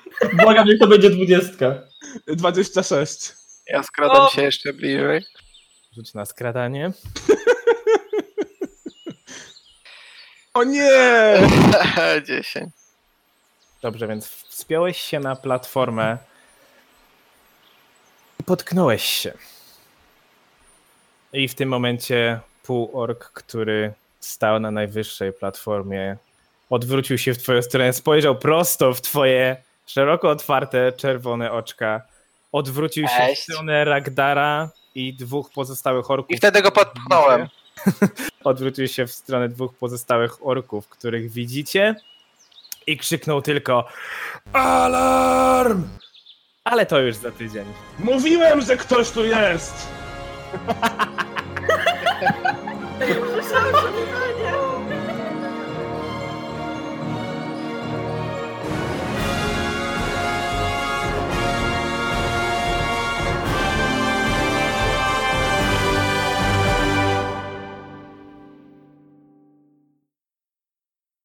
Błagam, niech to będzie 20. 26. Ja skradam się jeszcze bliżej. Rzuć na skradanie. O nie! 10. Dobrze, więc wspiąłeś się na platformę i potknąłeś się. I w tym momencie półork, który stał na najwyższej platformie, odwrócił się w twoją stronę, spojrzał prosto w twoje szeroko otwarte czerwone oczka, odwrócił się w stronę Ragdara i dwóch pozostałych orków. I wtedy go podpchnąłem. Odwrócił się w stronę dwóch pozostałych orków, których widzicie i krzyknął tylko alarm! Ale to już za tydzień. Mówiłem, że ktoś tu jest!